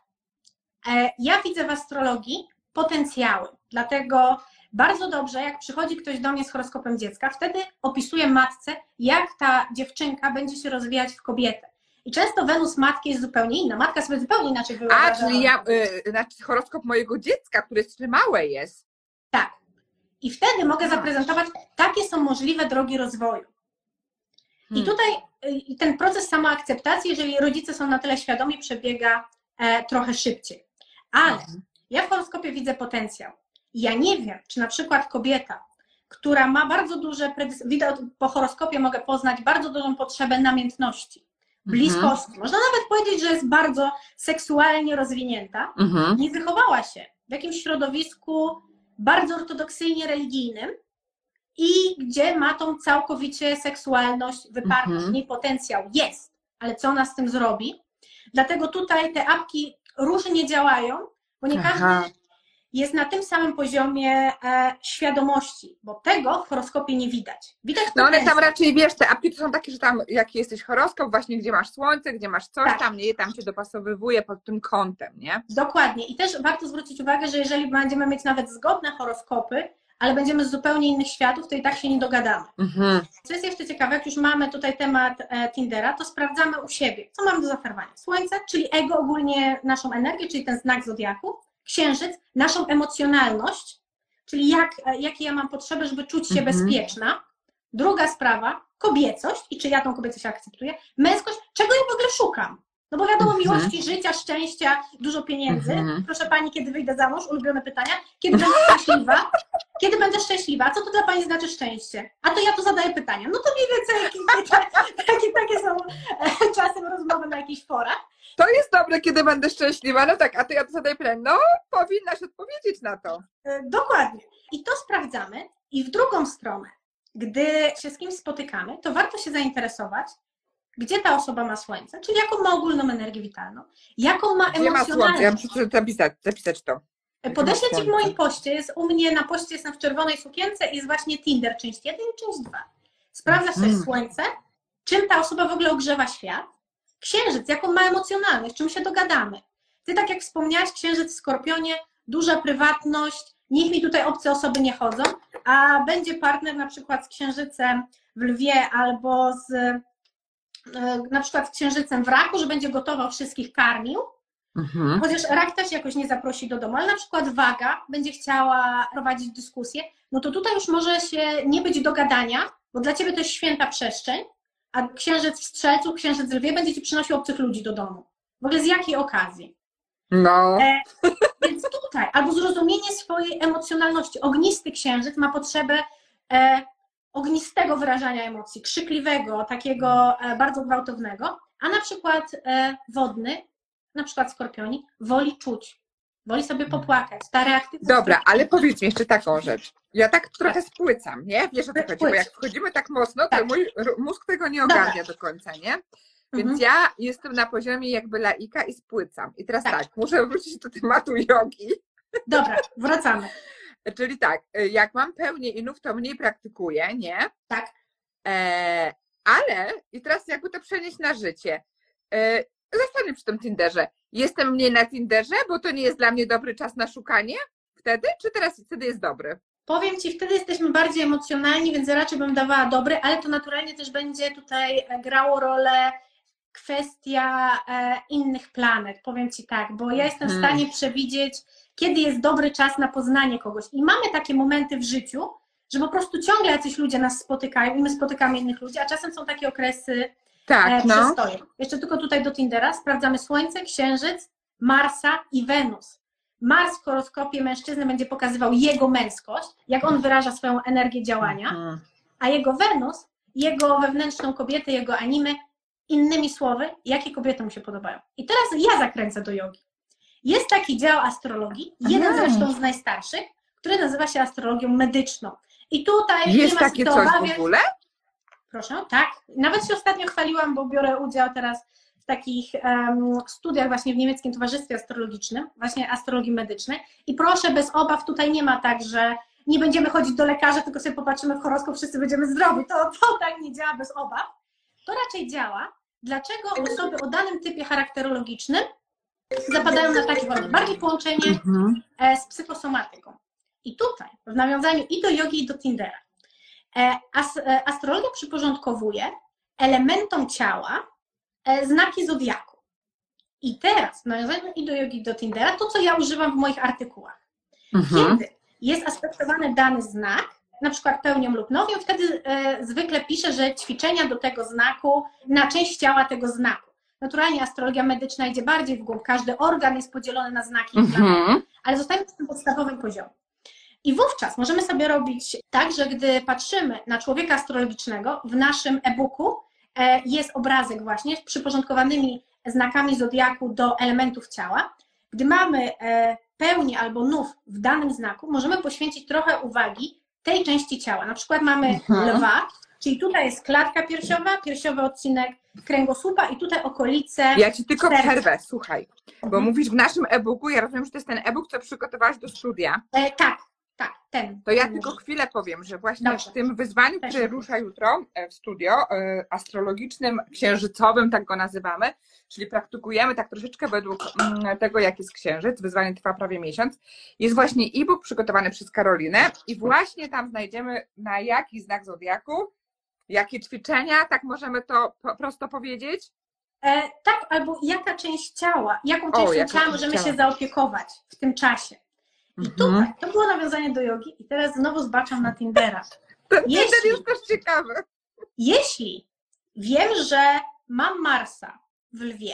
e, ja widzę w astrologii potencjały, dlatego bardzo dobrze, jak przychodzi ktoś do mnie z horoskopem dziecka, wtedy opisuję matce, jak ta dziewczynka będzie się rozwijać w kobietę. I często Wenus matki jest zupełnie inna. Matka sobie zupełnie inaczej wyobraża. A, czyli ja, y, znaczy horoskop mojego dziecka, które jeszcze małe jest. Tak. I wtedy mogę zaprezentować, takie są możliwe drogi rozwoju. I Hmm. tutaj y, ten proces samoakceptacji, jeżeli rodzice są na tyle świadomi, przebiega e, trochę szybciej. Ale Mhm. ja w horoskopie widzę potencjał. I ja nie wiem, czy na przykład kobieta, która ma bardzo duże, predys- widać po horoskopie mogę poznać bardzo dużą potrzebę namiętności, bliskości. Można nawet powiedzieć, że jest bardzo seksualnie rozwinięta. Mhm. Nie wychowała się w jakimś środowisku bardzo ortodoksyjnie religijnym i gdzie ma tą całkowicie seksualność wypartą. Mhm. W niej potencjał jest, ale co ona z tym zrobi? Dlatego tutaj te apki różnie działają, bo nie Aha. każdy jest na tym samym poziomie e, świadomości, bo tego w horoskopie nie widać. Widać No one potencjał. tam raczej, wiesz, te apki to są takie, że tam jaki jesteś horoskop, właśnie gdzie masz słońce, gdzie masz coś Tak. tam, nie, tam cię dopasowywuje pod tym kątem, nie? Dokładnie. I też warto zwrócić uwagę, że jeżeli będziemy mieć nawet zgodne horoskopy, ale będziemy z zupełnie innych światów, to i tak się nie dogadamy. Mhm. Co jest jeszcze ciekawe, jak już mamy tutaj temat e, Tindera, to sprawdzamy u siebie, co mamy do zaoferowania. Słońce, czyli ego, ogólnie naszą energię, czyli ten znak zodiaku. Księżyc, naszą emocjonalność, czyli jak, e, jakie ja mam potrzeby, żeby czuć się Mhm. bezpieczna. Druga sprawa, kobiecość i czy ja tą kobiecość akceptuję. Męskość, czego ja w ogóle szukam. No bo wiadomo, Mhm. miłości, życia, szczęścia, dużo pieniędzy. Mhm. Proszę Pani, kiedy wyjdę za mąż? Ulubione pytania. Kiedy będę szczęśliwa? Kiedy będę szczęśliwa? A co to dla Pani znaczy szczęście? A to ja tu zadaję pytania. No to mniej więcej jakieś, takie, takie są e, czasem rozmowy na jakichś forach. To jest dobre, kiedy będę szczęśliwa, no tak, a ty ja to zadaję pytanie, no powinnaś odpowiedzieć na to. E, Dokładnie. I to sprawdzamy. I w drugą stronę, gdy się z kimś spotykamy, to warto się zainteresować, gdzie ta osoba ma słońce, czyli jaką ma ogólną energię witalną, jaką ma Gdzie ma słońce? Ja emocjonalność. muszę zapisać, zapisać to. Podeślę Ci w słońce. moim poście, jest u mnie na poście, jestem w czerwonej sukience i jest właśnie Tinder, część jeden i część dwa. Sprawdzasz sobie Mhm. słońce, czym ta osoba w ogóle ogrzewa świat, księżyc, jaką ma emocjonalność, czym się dogadamy. Ty, tak jak wspomniałaś, księżyc w Skorpionie, duża prywatność, niech mi tutaj obce osoby nie chodzą, a będzie partner na przykład z księżycem w Lwie albo z e, na przykład z księżycem w Raku, że będzie gotował, wszystkich karmił. Mhm. Chociaż rak też jakoś nie zaprosi do domu, ale na przykład waga będzie chciała prowadzić dyskusję, no to tutaj już może się nie być dogadania, bo dla Ciebie to jest święta przestrzeń, a księżyc w Strzelcu, księżyc w Lwie będzie Ci przynosił obcych ludzi do domu. W ogóle z jakiej okazji? No. E, więc tutaj, albo zrozumienie swojej emocjonalności. Ognisty księżyc ma potrzebę e, ognistego wyrażania emocji, krzykliwego, takiego e, bardzo gwałtownego, a na przykład e, wodny, na przykład skorpioni, woli czuć, woli sobie popłakać. Ta reaktywność. Dobra, ale powiedz mi jeszcze taką rzecz. Ja tak trochę spłycam, nie? Wiesz o co chodzi, bo Spłyć. jak wchodzimy tak mocno, to Tak. mój r- mózg tego nie Dobra. ogarnia do końca, nie? Więc Mhm. ja jestem na poziomie jakby laika i spłycam. I teraz Tak. tak, muszę wrócić do tematu jogi. Dobra, wracamy. Czyli tak, jak mam pełnię inów, to mniej praktykuję, nie? Tak. E, ale, i teraz jakby to przenieść na życie. E, Zostanię przy tym Tinderze. Jestem mniej na Tinderze, bo to nie jest dla mnie dobry czas na szukanie wtedy, czy teraz wtedy jest dobry? Powiem Ci, wtedy jesteśmy bardziej emocjonalni, więc raczej bym dawała dobry, ale to naturalnie też będzie tutaj grało rolę kwestia e, innych planet, powiem Ci tak, bo ja jestem w Mhm. stanie przewidzieć, kiedy jest dobry czas na poznanie kogoś. I mamy takie momenty w życiu, że po prostu ciągle jacyś ludzie nas spotykają i my spotykamy innych ludzi, a czasem są takie okresy e, Tak, no. przestoju. Jeszcze tylko tutaj do Tindera sprawdzamy Słońce, Księżyc, Marsa i Wenus. Mars w horoskopie mężczyzny będzie pokazywał jego męskość, jak on wyraża swoją energię działania, Mhm. a jego Wenus, jego wewnętrzną kobietę, jego animy, innymi słowy, jakie kobiety mu się podobają. I teraz ja zakręcę do jogi. Jest taki dział astrologii, jeden Aha. zresztą z najstarszych, który nazywa się astrologią medyczną. I tutaj nie Jest ma się takie co coś obawiać. w ogóle? Proszę, tak. Nawet się ostatnio chwaliłam, bo biorę udział teraz w takich um, studiach właśnie w niemieckim towarzystwie astrologicznym, właśnie astrologii medycznej. I proszę, bez obaw, tutaj nie ma tak, że nie będziemy chodzić do lekarza, tylko sobie popatrzymy w horoskop, wszyscy będziemy zdrowi. To, to tak nie działa bez obaw. To raczej działa. Dlaczego osoby o danym typie charakterologicznym zapadają na takie właśnie bardziej połączenie Mhm. e, z psychosomatyką. I tutaj, w nawiązaniu i do jogi, i do Tindera, e, as, e, astrologia przyporządkowuje elementom ciała e, znaki zodiaku. I teraz, w nawiązaniu i do jogi, i do Tindera, to co ja używam w moich artykułach. Mhm. Kiedy jest aspektowany dany znak, na przykład pełnią lub nowią, wtedy e, zwykle pisze, że ćwiczenia do tego znaku na część ciała tego znaku. Naturalnie astrologia medyczna idzie bardziej w głąb, każdy organ jest podzielony na znaki, Mhm. ale zostajemy w tym podstawowym poziomie. I wówczas możemy sobie robić tak, że gdy patrzymy na człowieka astrologicznego, w naszym e-booku e, jest obrazek właśnie z przyporządkowanymi znakami zodiaku do elementów ciała. Gdy mamy e, pełnię albo nów w danym znaku, możemy poświęcić trochę uwagi tej części ciała. Na przykład mamy Mhm. lwa, czyli tutaj jest klatka piersiowa, piersiowy odcinek kręgosłupa i tutaj okolice Ja ci tylko serca. przerwę, słuchaj, bo Mhm. mówisz w naszym e-booku, ja rozumiem, że to jest ten e-book, co przygotowałaś do studia. E, tak, tak, ten. To ja ten tylko może. chwilę powiem, że właśnie Dobrze. w tym wyzwaniu, Też które mówię. rusza jutro w studio, e, astrologicznym, księżycowym, tak go nazywamy, czyli praktykujemy tak troszeczkę według mm, tego, jak jest księżyc, wyzwanie trwa prawie miesiąc, jest właśnie e-book przygotowany przez Karolinę i właśnie tam znajdziemy, na jaki znak zodiaku, jakie ćwiczenia, tak możemy to po, prosto powiedzieć? E, tak, albo jaka część ciała, jaką O, częścią jaka ciała część możemy ciała. się zaopiekować w tym czasie. I Mhm. tutaj, to było nawiązanie do jogi i teraz znowu zbaczam na Tindera. Ten Jeśli- Tinder jest też ciekawy. Jeśli wiem, że mam Marsa w lwie,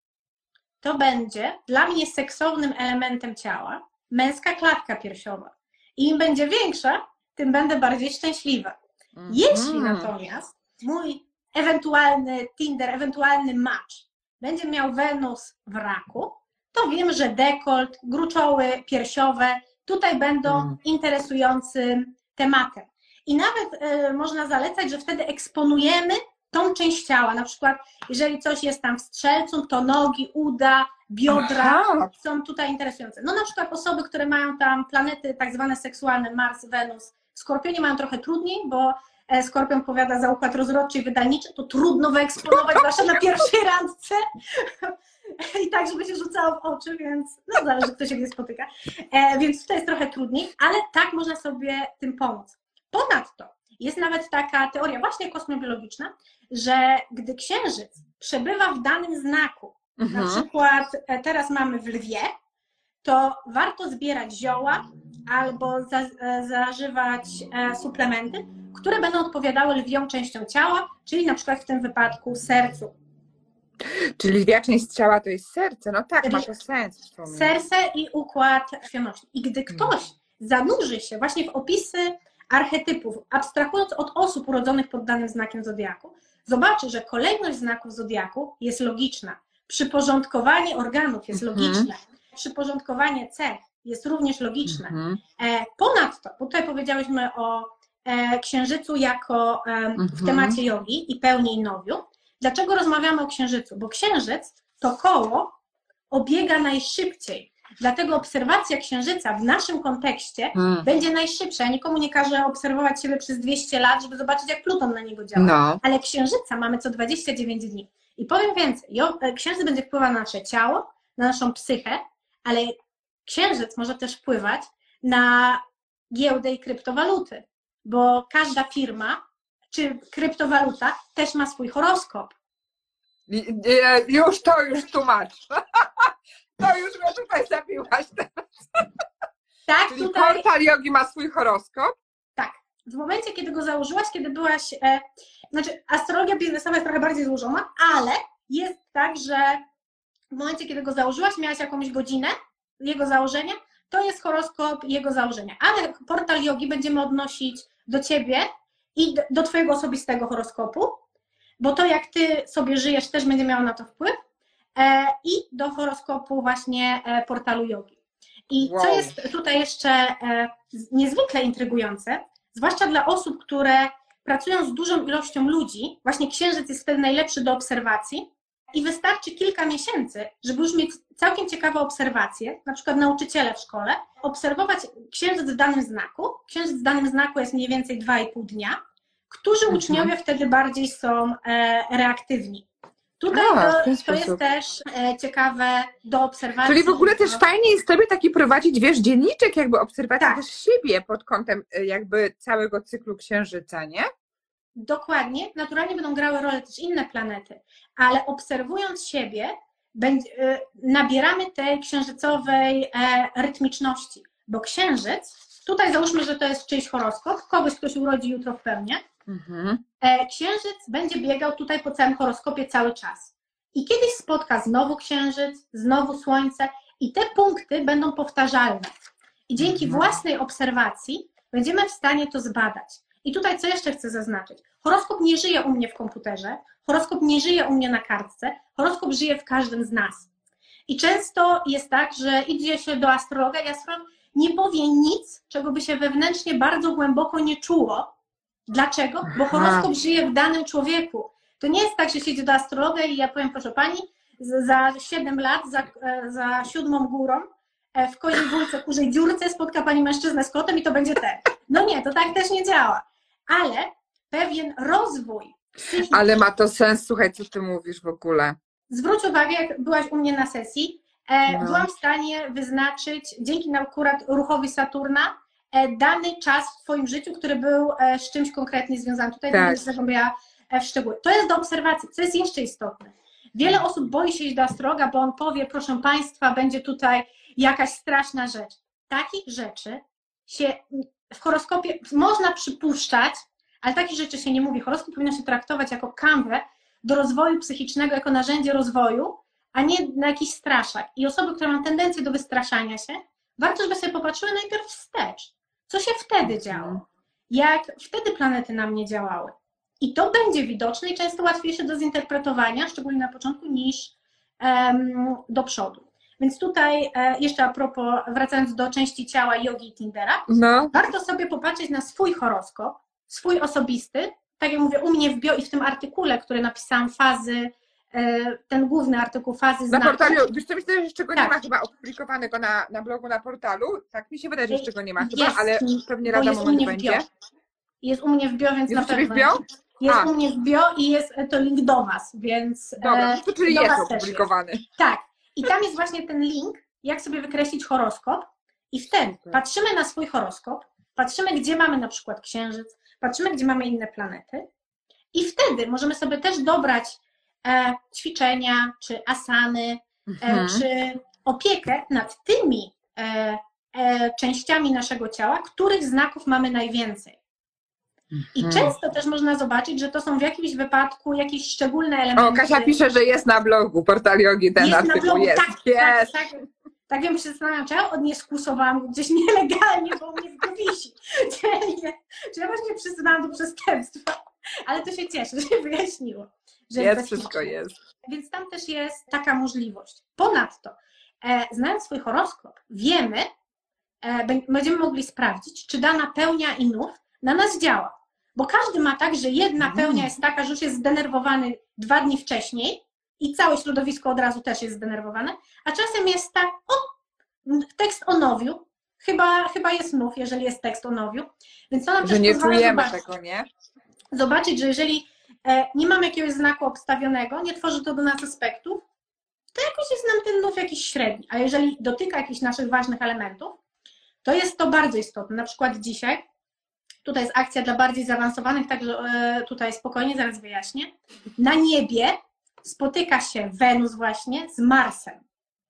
to będzie dla mnie seksownym elementem ciała męska klatka piersiowa. I im będzie większa, tym będę bardziej szczęśliwa. Jeśli Mhm. natomiast mój ewentualny Tinder, ewentualny match będzie miał Wenus w raku, to wiem, że dekolt, gruczoły piersiowe tutaj będą Mm. interesującym tematem. I nawet e, można zalecać, że wtedy eksponujemy tą część ciała. Na przykład, jeżeli coś jest tam w strzelcu, to nogi, uda, biodra Aha. są tutaj interesujące. No na przykład osoby, które mają tam planety tak zwane seksualne, Mars, Wenus, w Skorpionie mają trochę trudniej, bo e, Skorpion powiada za układ rozrodczy i wydalniczy, to trudno wyeksponować, zwłaszcza na pierwszej randce. I tak, żeby się rzucało w oczy, więc no zależy, kto się gdzie spotyka. E, więc tutaj jest trochę trudniej, ale tak można sobie tym pomóc. Ponadto jest nawet taka teoria właśnie kosmobiologiczna, że gdy księżyc przebywa w danym znaku, na Mhm. przykład e, teraz mamy w lwie, to warto zbierać zioła albo za, e, zażywać e, suplementy, które będą odpowiadały lwią częścią ciała, czyli na przykład w tym wypadku sercu. Czyli lwia część ciała to jest serce. No tak, ma Czyli to sens. w sumie. Serce i układ krwionośny. I gdy ktoś zanurzy się właśnie w opisy archetypów, abstrahując od osób urodzonych pod danym znakiem zodiaku, zobaczy, że kolejność znaków zodiaku jest logiczna. Przyporządkowanie organów jest Mhm. logiczne. Przyporządkowanie cech jest również logiczne. Mhm. E, Ponadto, bo tutaj powiedziałyśmy o e, księżycu jako e, w Mhm. temacie jogi i pełni i nowiu. Dlaczego rozmawiamy o księżycu? Bo księżyc to koło obiega najszybciej. Dlatego obserwacja księżyca w naszym kontekście Hmm. będzie najszybsza. Ja nikomu nie każę obserwować siebie przez dwieście lat, żeby zobaczyć, jak Pluton na niego działa. No. Ale księżyca mamy co dwadzieścia dziewięć dni. I powiem więcej, jo- księżyc będzie wpływał na nasze ciało, na naszą psychę, ale księżyc może też wpływać na giełdę i kryptowaluty, bo każda firma czy kryptowaluta też ma swój horoskop. I- i- Już to, już tłumacz. To już mnie tutaj zabiłaś. Tak, Czyli tutaj, portal jogi ma swój horoskop? tak. W momencie, kiedy go założyłaś, kiedy byłaś, e, znaczy astrologia biznesowa jest trochę bardziej złożona, ale jest tak, że w momencie, kiedy go założyłaś, miałaś jakąś godzinę jego założenia, to jest horoskop jego założenia. Ale portal jogi będziemy odnosić do ciebie i do, do twojego osobistego horoskopu, bo to, jak ty sobie żyjesz, też będzie miało na to wpływ, e, i do horoskopu właśnie e, portalu jogi. I Wow. co jest tutaj jeszcze e, niezwykle intrygujące, zwłaszcza dla osób, które pracują z dużą ilością ludzi, właśnie księżyc jest wtedy najlepszy do obserwacji i wystarczy kilka miesięcy, żeby już mieć całkiem ciekawe obserwacje, na przykład nauczyciele w szkole, obserwować księżyc w danym znaku. Księżyc w danym znaku jest mniej więcej dwa i pół dnia, którzy Mhm. uczniowie wtedy bardziej są e, reaktywni. Tutaj A, w ten to, to jest sposób. też e, ciekawe do obserwacji. Czyli w ogóle też No, fajnie jest sobie taki prowadzić, wiesz, dzienniczek jakby obserwacji Tak. też siebie pod kątem y, jakby całego cyklu księżyca, nie? Dokładnie, naturalnie będą grały rolę też inne planety, ale obserwując siebie, będzie, y, nabieramy tej księżycowej e, rytmiczności, bo księżyc tutaj załóżmy, że to jest czyjś horoskop, kogoś, kto się urodzi jutro w pełni. Mhm. Księżyc będzie biegał tutaj po całym horoskopie cały czas. I kiedyś spotka znowu księżyc, znowu słońce i te punkty będą powtarzalne. I dzięki Mhm. własnej obserwacji będziemy w stanie to zbadać. I tutaj co jeszcze chcę zaznaczyć? Horoskop nie żyje u mnie w komputerze, horoskop nie żyje u mnie na kartce, horoskop żyje w każdym z nas. I często jest tak, że idzie się do astrologa i astrolog nie powie nic, czego by się wewnętrznie bardzo głęboko nie czuło. Dlaczego? Bo horoskop żyje w danym człowieku. To nie jest tak, że się idzie do astrologa i ja powiem, proszę pani, za siedem lat, za, za siódmą górą, w koziej górce, kurzej dziurce spotka pani mężczyznę z kotem i to będzie ten. No nie, to tak też nie działa. Ale pewien rozwój psychiki. Ale ma to sens, słuchaj, co ty mówisz w ogóle. Zwróć uwagę, jak byłaś u mnie na sesji, No. byłam w stanie wyznaczyć, dzięki na akurat ruchowi Saturna, dany czas w twoim życiu, który był z czymś konkretnie związany. Tutaj Tak. nie będę zagłębiała w szczegóły. To jest do obserwacji, co jest jeszcze istotne. Wiele osób boi się iść do astrologa, bo on powie, proszę państwa, będzie tutaj jakaś straszna rzecz. Takich rzeczy się w horoskopie można przypuszczać, ale takich rzeczy się nie mówi. Horoskop powinno się traktować jako kanwę do rozwoju psychicznego, jako narzędzie rozwoju, a nie na jakiś straszak. I osoby, które mają tendencję do wystraszania się, warto, żeby sobie popatrzyły najpierw wstecz. Co się wtedy działo? Jak wtedy planety na mnie działały? I to będzie widoczne i często łatwiejsze do zinterpretowania, szczególnie na początku, niż um, do przodu. Więc tutaj e, jeszcze a propos, wracając do części ciała jogi i Tindera, No. warto sobie popatrzeć na swój horoskop, swój osobisty, tak jak mówię, u mnie w bio i w tym artykule, który napisałam, fazy, e, ten główny artykuł, fazy Na znaków. portalu, wiesz co, myślę, że jeszcze go Tak. nie ma chyba opublikowanego na, na blogu, na portalu. Tak mi się wydaje, że jeszcze go nie ma chyba, Jest, ale pewnie bo lada jest u moment mnie w bio. będzie. Jest u mnie w bio, więc Jest na u ciebie w pewno. bio? Jest A. u mnie w bio i jest to link do was, więc Dobra, e, no to czyli do jest was też opublikowany. Tak. I tam jest właśnie ten link, jak sobie wykreślić horoskop i wtedy Super. patrzymy na swój horoskop, patrzymy, gdzie mamy na przykład księżyc, patrzymy, gdzie mamy inne planety i wtedy możemy sobie też dobrać e, ćwiczenia, czy asany, e, Mhm. czy opiekę nad tymi e, e, częściami naszego ciała, których znaków mamy najwięcej. I Mhm. często też można zobaczyć, że to są w jakimś wypadku jakieś szczególne elementy. O, Kasia pisze, że jest na blogu Portal Jogi ten Jest na artykuł. blogu, jest. tak, jest. tak, tak. Tak wiem, się zastanawiam, czy ja od niej skusowałam go gdzieś nielegalnie, bo u mnie w wisi. Czy ja, nie, czy ja właśnie przyznałam do przestępstwa. Ale to się cieszę, że się wyjaśniło. Że Jest, bezpiecznie. wszystko jest. Więc tam też jest taka możliwość. Ponadto, e, znając swój horoskop, wiemy, e, będziemy mogli sprawdzić, czy dana pełnia i nów na nas działa. Bo każdy ma tak, że jedna Mm. pełnia jest taka, że już jest zdenerwowany dwa dni wcześniej i całe środowisko od razu też jest zdenerwowane, a czasem jest tak, o, tekst o nowiu, chyba, chyba jest nów, jeżeli jest tekst o nowiu, więc to nam Że też nie pozwala czujemy zobaczyć, tego, nie? zobaczyć, że jeżeli e, nie mamy jakiegoś znaku obstawionego, nie tworzy to do nas aspektów, to jakoś jest nam ten nów jakiś średni, a jeżeli dotyka jakichś naszych ważnych elementów, to jest to bardzo istotne. Na przykład dzisiaj, tutaj jest akcja dla bardziej zaawansowanych, także e, tutaj spokojnie, zaraz wyjaśnię. Na niebie spotyka się Wenus właśnie z Marsem.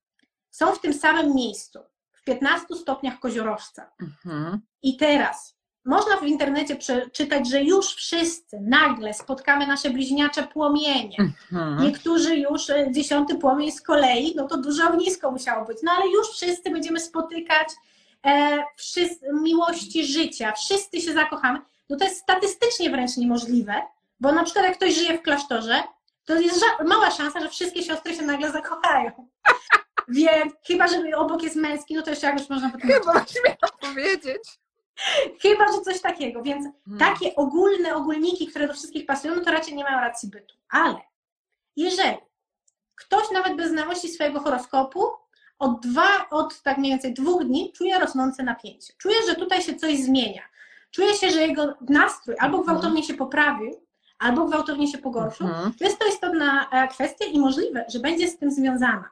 Są w tym samym miejscu, w piętnastu stopniach koziorożca. Mhm. I teraz można w internecie przeczytać, że już wszyscy nagle spotkamy nasze bliźniacze płomienie. Mhm. Niektórzy już e, dziesiąty płomień z kolei, no to duże ognisko musiało być. No ale już wszyscy będziemy spotykać e, wszyscy, miłości życia, wszyscy się zakochamy. No to jest statystycznie wręcz niemożliwe, bo na przykład jak ktoś żyje w klasztorze, to jest mała szansa, że wszystkie siostry się nagle zakochają. Więc chyba, że obok jest męski, no to jeszcze jakoś można potem... Chyba śmiałam powiedzieć. Chyba, że coś takiego, więc Hmm. takie ogólne ogólniki, które do wszystkich pasują, no to raczej nie mają racji bytu. Ale jeżeli ktoś nawet bez znajomości swojego horoskopu od dwa, od tak mniej więcej dwóch dni czuje rosnące napięcie. Czuje, że tutaj się coś zmienia. Czuje się, że jego nastrój albo gwałtownie się poprawił, albo gwałtownie się pogorszył. Mhm. To jest to istotna e, kwestia i możliwe, że będzie z tym związana.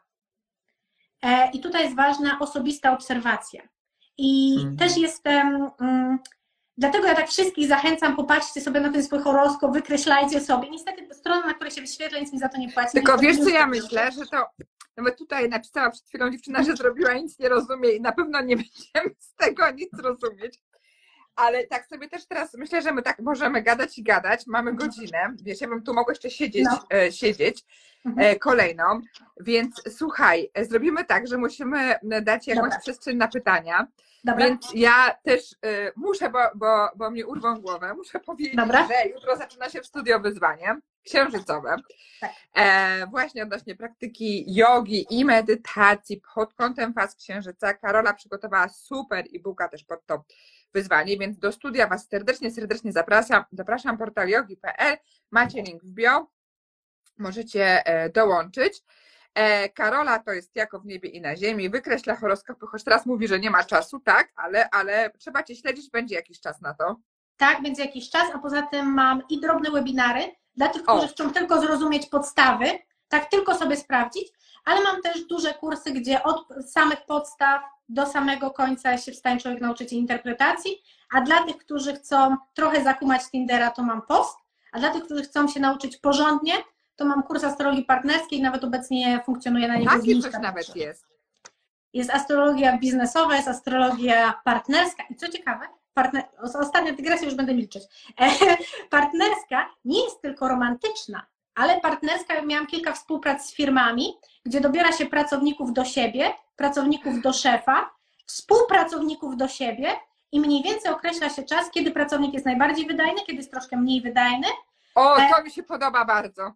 E, I tutaj jest ważna osobista obserwacja. I Mhm. też jestem, um, dlatego ja tak wszystkich zachęcam, popatrzcie sobie na ten swój horoskop, wykreślajcie sobie. Niestety strona, na której się wyświetla, nic mi za to nie płaci. Tylko Niestety wiesz, co już ja tak myślę, że to Nawet tutaj napisała przed chwilą dziewczyna, że zrobiła, nic nie rozumie i na pewno nie będziemy z tego nic rozumieć. Ale tak sobie też teraz myślę, że my tak możemy gadać i gadać. Mamy godzinę, wiesz, ja bym tu mogła jeszcze siedzieć, No. e, siedzieć e, kolejną. Więc słuchaj, e, zrobimy tak, że musimy dać jakąś Dobra. przestrzeń na pytania. Dobra. Więc ja też e, muszę, bo, bo, bo mnie urwą głowę, muszę powiedzieć, Dobra. że jutro zaczyna się w studio wyzwanie księżycowe. Tak. E, właśnie odnośnie praktyki jogi i medytacji pod kątem faz księżyca. Karola przygotowała super e-booka też pod to wyzwanie, więc do studia Was serdecznie, serdecznie zapraszam. Zapraszam, portal yogi kropka p l. Macie link w bio. Możecie e, dołączyć. E, Karola to jest jako w niebie i na ziemi. Wykreśla horoskopy, choć teraz mówi, że nie ma czasu, tak? Ale, ale trzeba Cię śledzić, będzie jakiś czas na to. Tak, będzie jakiś czas, a poza tym mam i drobne webinary dla tych, którzy O. chcą tylko zrozumieć podstawy, tak tylko sobie sprawdzić, ale mam też duże kursy, gdzie od samych podstaw do samego końca się w stanie człowiek nauczyć interpretacji, a dla tych, którzy chcą trochę zakumać Tindera, to mam post, a dla tych, którzy chcą się nauczyć porządnie, to mam kurs astrologii partnerskiej, nawet obecnie funkcjonuje na niego Takie zniżka. coś nawet jest. Jest astrologia biznesowa, jest astrologia partnerska i co ciekawe, partner... ostatnia dygresja, już będę milczeć, partnerska nie jest tylko romantyczna, ale partnerska, miałam kilka współprac z firmami, gdzie dobiera się pracowników do siebie, pracowników do szefa, współpracowników do siebie i mniej więcej określa się czas, kiedy pracownik jest najbardziej wydajny, kiedy jest troszkę mniej wydajny. O, to mi się podoba bardzo.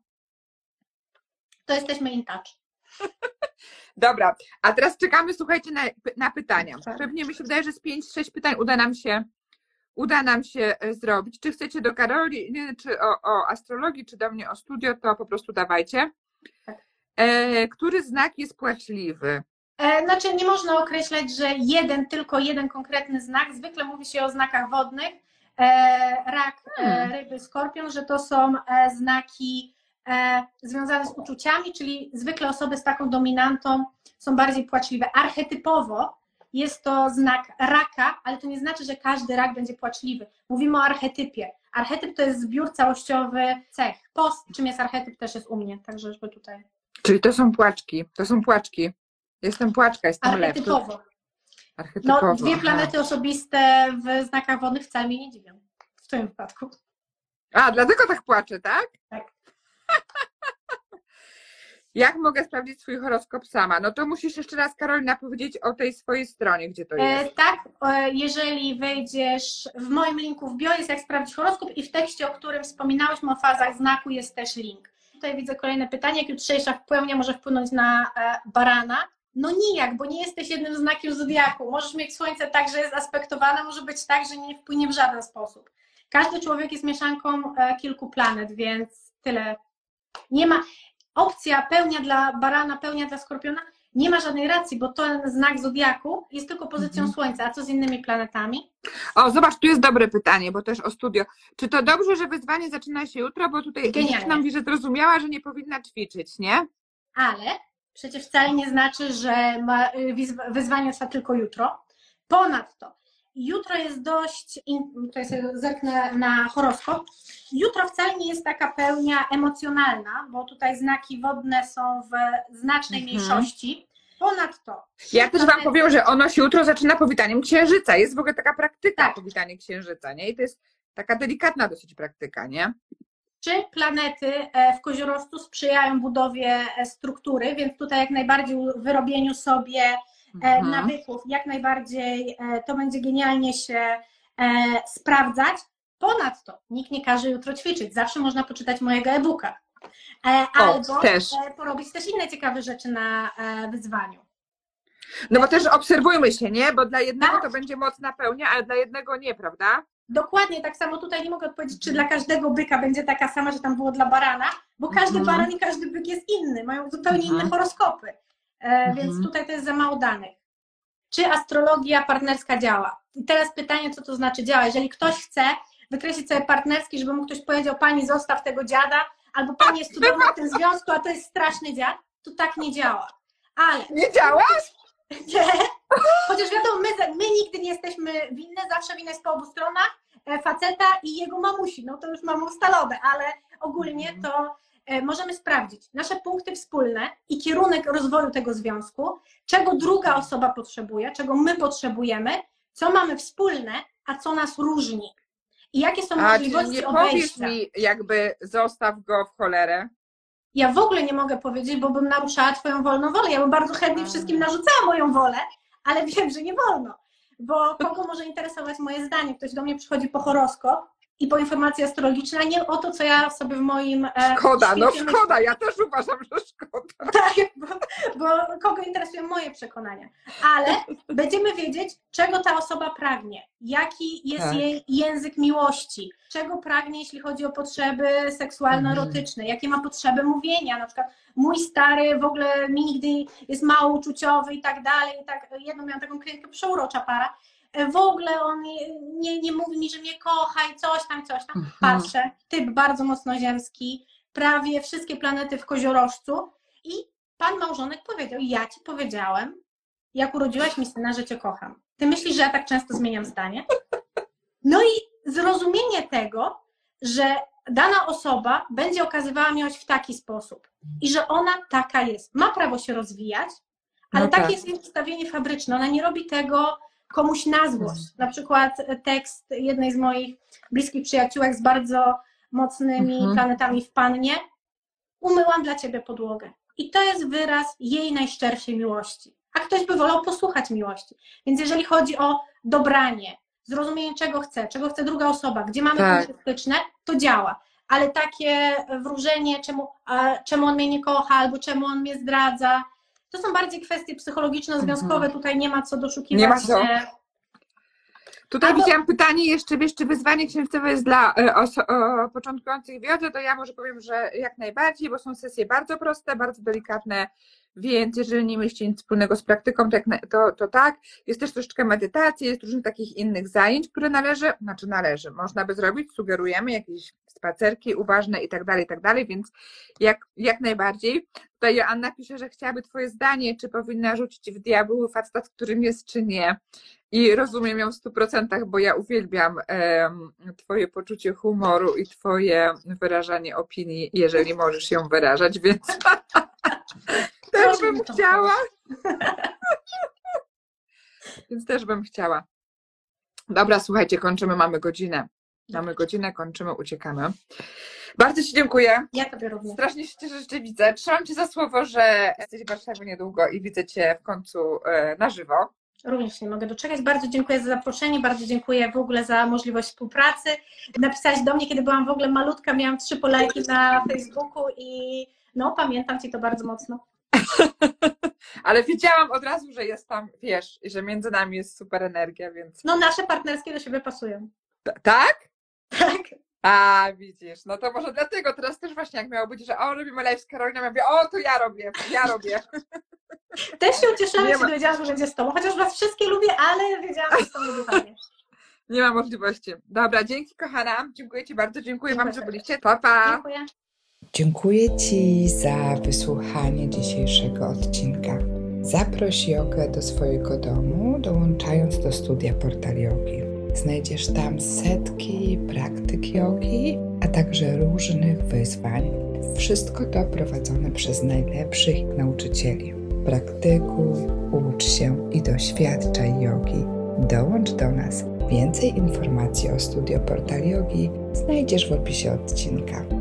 To jesteśmy in touch. Dobra, a teraz czekamy, słuchajcie, na, na pytania. Pewnie mi się wydaje, że z pięć sześć pytań uda nam się uda nam się zrobić. Czy chcecie do Karoli, czy o, o astrologii, czy do mnie o studio, to po prostu dawajcie. E, który znak jest płaczliwy? E, znaczy nie można określać, że jeden, tylko jeden konkretny znak. Zwykle mówi się o znakach wodnych. E, rak, Hmm. e, ryby, skorpion, że to są e, znaki e, związane z uczuciami, czyli zwykle osoby z taką dominantą są bardziej płaczliwe. Archetypowo jest to znak raka, ale to nie znaczy, że każdy rak będzie płaczliwy. Mówimy o archetypie. Archetyp to jest zbiór całościowy cech. Post, czym jest archetyp, też jest u mnie, także żeby tutaj... Czyli to są płaczki, to są płaczki. Jestem płaczka, jestem lew. Archetypowo. Archetypowo. No, dwie aha. planety osobiste w znakach wodnych wcale mnie nie dziwią. W twoim wypadku. A, dlatego tak płaczę, tak? Tak. Jak mogę sprawdzić swój horoskop sama? No to musisz jeszcze raz, Karolina, powiedzieć o tej swojej stronie, gdzie to jest. E, tak, e, jeżeli wejdziesz w moim linku w bio, jest jak sprawdzić horoskop i w tekście, o którym wspominałyśmy o fazach znaku, jest też link. Tutaj widzę kolejne pytanie, jak jutrzejsza pełnia może wpłynąć na e, barana? No nijak, bo nie jesteś jednym znakiem zodiaku. Możesz mieć słońce tak, że jest aspektowane, może być tak, że nie wpłynie w żaden sposób. Każdy człowiek jest mieszanką e, kilku planet, więc tyle. Nie ma... Opcja pełnia dla barana, pełnia dla skorpiona, nie ma żadnej racji, bo ten znak zodiaku jest tylko pozycją Mhm. Słońca, a co z innymi planetami? O, zobacz, tu jest dobre pytanie, bo też o studio. Czy to dobrze, że wyzwanie zaczyna się jutro? Bo tutaj Genialnie. dziewczyna mówi, że zrozumiała, że nie powinna ćwiczyć, nie? Ale przecież wcale nie znaczy, że ma, wyzw- wyzwanie trwa tylko jutro. Ponadto, jutro jest dość, in, tutaj sobie zerknę na horoskop, jutro wcale nie jest taka pełnia emocjonalna, bo tutaj znaki wodne są w znacznej Mhm. mniejszości. Ponadto... Ja też Wam planety- powiem, że ono się jutro zaczyna powitaniem księżyca. Jest w ogóle taka praktyka, Tak. powitanie księżyca, nie? I to jest taka delikatna dosyć praktyka, nie? Trzy planety e, w koziorożcu sprzyjają budowie e, struktury, więc tutaj jak najbardziej wyrobieniu sobie e, Mhm. nawyków, jak najbardziej e, to będzie genialnie się e, sprawdzać. Ponadto nikt nie każe jutro ćwiczyć, zawsze można poczytać mojego e-booka. E, O, albo też. E, porobić też inne ciekawe rzeczy na e, wyzwaniu. No bo też obserwujmy się, nie? Bo dla jednego Tak. to będzie mocna pełnia, ale dla jednego nie, prawda? Dokładnie tak samo tutaj nie mogę odpowiedzieć, czy dla każdego byka będzie taka sama, że tam było dla barana, bo każdy Mhm. baran i każdy byk jest inny, mają zupełnie Mhm. inne horoskopy, e, Mhm. więc tutaj to jest za mało danych. Czy astrologia partnerska działa? I teraz pytanie, co to znaczy działa? Jeżeli ktoś chce wykreślić sobie partnerski, żeby mu ktoś powiedział, pani zostaw tego dziada, albo pani jest cudowna w tym związku, a to jest straszny dziad, to tak nie działa. Ale Nie działa? nie. Chociaż wiadomo, my, my nigdy nie jesteśmy winne, zawsze wina jest po obu stronach, e, faceta i jego mamusi, no to już mamy ustalone, ale ogólnie to możemy sprawdzić nasze punkty wspólne i kierunek rozwoju tego związku, czego druga osoba potrzebuje, czego my potrzebujemy, co mamy wspólne, a co nas różni. I jakie są A, możliwości czyli nie obejścia. powiesz mi, jakby zostaw go w cholerę? Ja w ogóle nie mogę powiedzieć, bo bym naruszała twoją wolną wolę. Ja bym bardzo chętnie wszystkim narzucała moją wolę, ale wiem, że nie wolno. Bo kogo może interesować moje zdanie? Ktoś do mnie przychodzi po horoskop i po informacje astrologiczne, a nie o to, co ja sobie w moim e, Szkoda, no świecie szkoda, myślę. ja też uważam, że szkoda. Tak, bo, bo kogo interesują moje przekonania. Ale będziemy wiedzieć, czego ta osoba pragnie, jaki jest Tak. jej język miłości, czego pragnie, jeśli chodzi o potrzeby seksualno-erotyczne, jakie ma potrzeby mówienia. Na przykład mój stary w ogóle nigdy jest mało uczuciowy i tak dalej. I tak, jedną miałam taką klientkę, przeurocza para. W ogóle on nie, nie, nie mówi mi, że mnie kocha i coś tam, coś tam. Mhm. Patrzę, typ bardzo mocno ziemski, prawie wszystkie planety w koziorożcu i pan małżonek powiedział, ja ci powiedziałem, jak urodziłaś mi syna, że cię kocham. Ty myślisz, że ja tak często zmieniam zdanie? No i zrozumienie tego, że dana osoba będzie okazywała miłość w taki sposób i że ona taka jest. Ma prawo się rozwijać, ale No takie tak. jest jej ustawienie fabryczne. Ona nie robi tego komuś na złość. Na przykład tekst jednej z moich bliskich przyjaciółek z bardzo mocnymi Mhm. planetami w pannie. Umyłam dla ciebie podłogę. I to jest wyraz jej najszczerszej miłości. A ktoś by wolał posłuchać miłości. Więc jeżeli chodzi o dobranie, zrozumienie czego chce, czego chce druga osoba, gdzie mamy Tak. punkty styczne, to działa. Ale takie wróżenie, czemu, a, czemu on mnie nie kocha, albo czemu on mnie zdradza, to są bardziej kwestie psychologiczno-związkowe. Mhm. Tutaj nie ma co doszukiwać Nie ma co. się. Tutaj Albo- widziałam pytanie jeszcze, wiesz, czy wyzwanie księżycowe jest dla e, oso- o, początkujących w jodze, to ja może powiem, że jak najbardziej, bo są sesje bardzo proste, bardzo delikatne, więc jeżeli nie mieliście nic wspólnego z praktyką, to, jak na, to, to tak. Jest też troszeczkę medytacji, jest różnych takich innych zajęć, które należy, znaczy należy, można by zrobić, sugerujemy jakieś spacerki uważne i tak dalej, i tak dalej, więc jak, jak najbardziej. Tutaj Joanna pisze, że chciałaby twoje zdanie, czy powinna rzucić w diabły facet, którym jest, czy nie. I rozumiem ją w stu procentach, bo ja uwielbiam em, twoje poczucie humoru i twoje wyrażanie opinii, jeżeli możesz ją wyrażać, więc też Proszę bym mi to chciała. Więc też bym chciała. Dobra, słuchajcie, kończymy, mamy godzinę. Mamy godzinę, kończymy, uciekamy. Bardzo ci dziękuję. Ja tobie również. Strasznie się cieszę, że cię widzę. Trzymam cię za słowo, że jesteś w Warszawie niedługo i widzę cię w końcu e, na żywo. Również nie mogę doczekać. Bardzo dziękuję za zaproszenie, bardzo dziękuję w ogóle za możliwość współpracy. Napisałaś do mnie, kiedy byłam w ogóle malutka, miałam trzy polajki na Facebooku i no pamiętam ci to bardzo mocno. Ale wiedziałam od razu, że jest tam, wiesz, i że między nami jest super energia, więc... No nasze partnerskie do siebie pasują. T- tak? Tak. A, widzisz, no to może dlatego teraz też właśnie jak miało być, że o, robimy live z Karoliną, ja mówię, o, to ja robię, ja robię. Też się ucieszyłam, Nie jak się ma- dowiedziałam, że będzie z tobą, chociaż was wszystkie lubię, ale wiedziałam, że z tobą lubię również. Nie ma możliwości. Dobra, dzięki kochana, dziękuję ci bardzo, dziękuję wam, że Dziękuję byliście, pa, pa. Dziękuję. Dziękuję Ci za wysłuchanie dzisiejszego odcinka. Zaproś jogę do swojego domu, dołączając do studia Portal Jogi. Znajdziesz tam setki praktyk jogi, a także różnych wyzwań. Wszystko to prowadzone przez najlepszych nauczycieli. Praktykuj, ucz się i doświadczaj jogi. Dołącz do nas. Więcej informacji o studio Portal Jogi znajdziesz w opisie odcinka.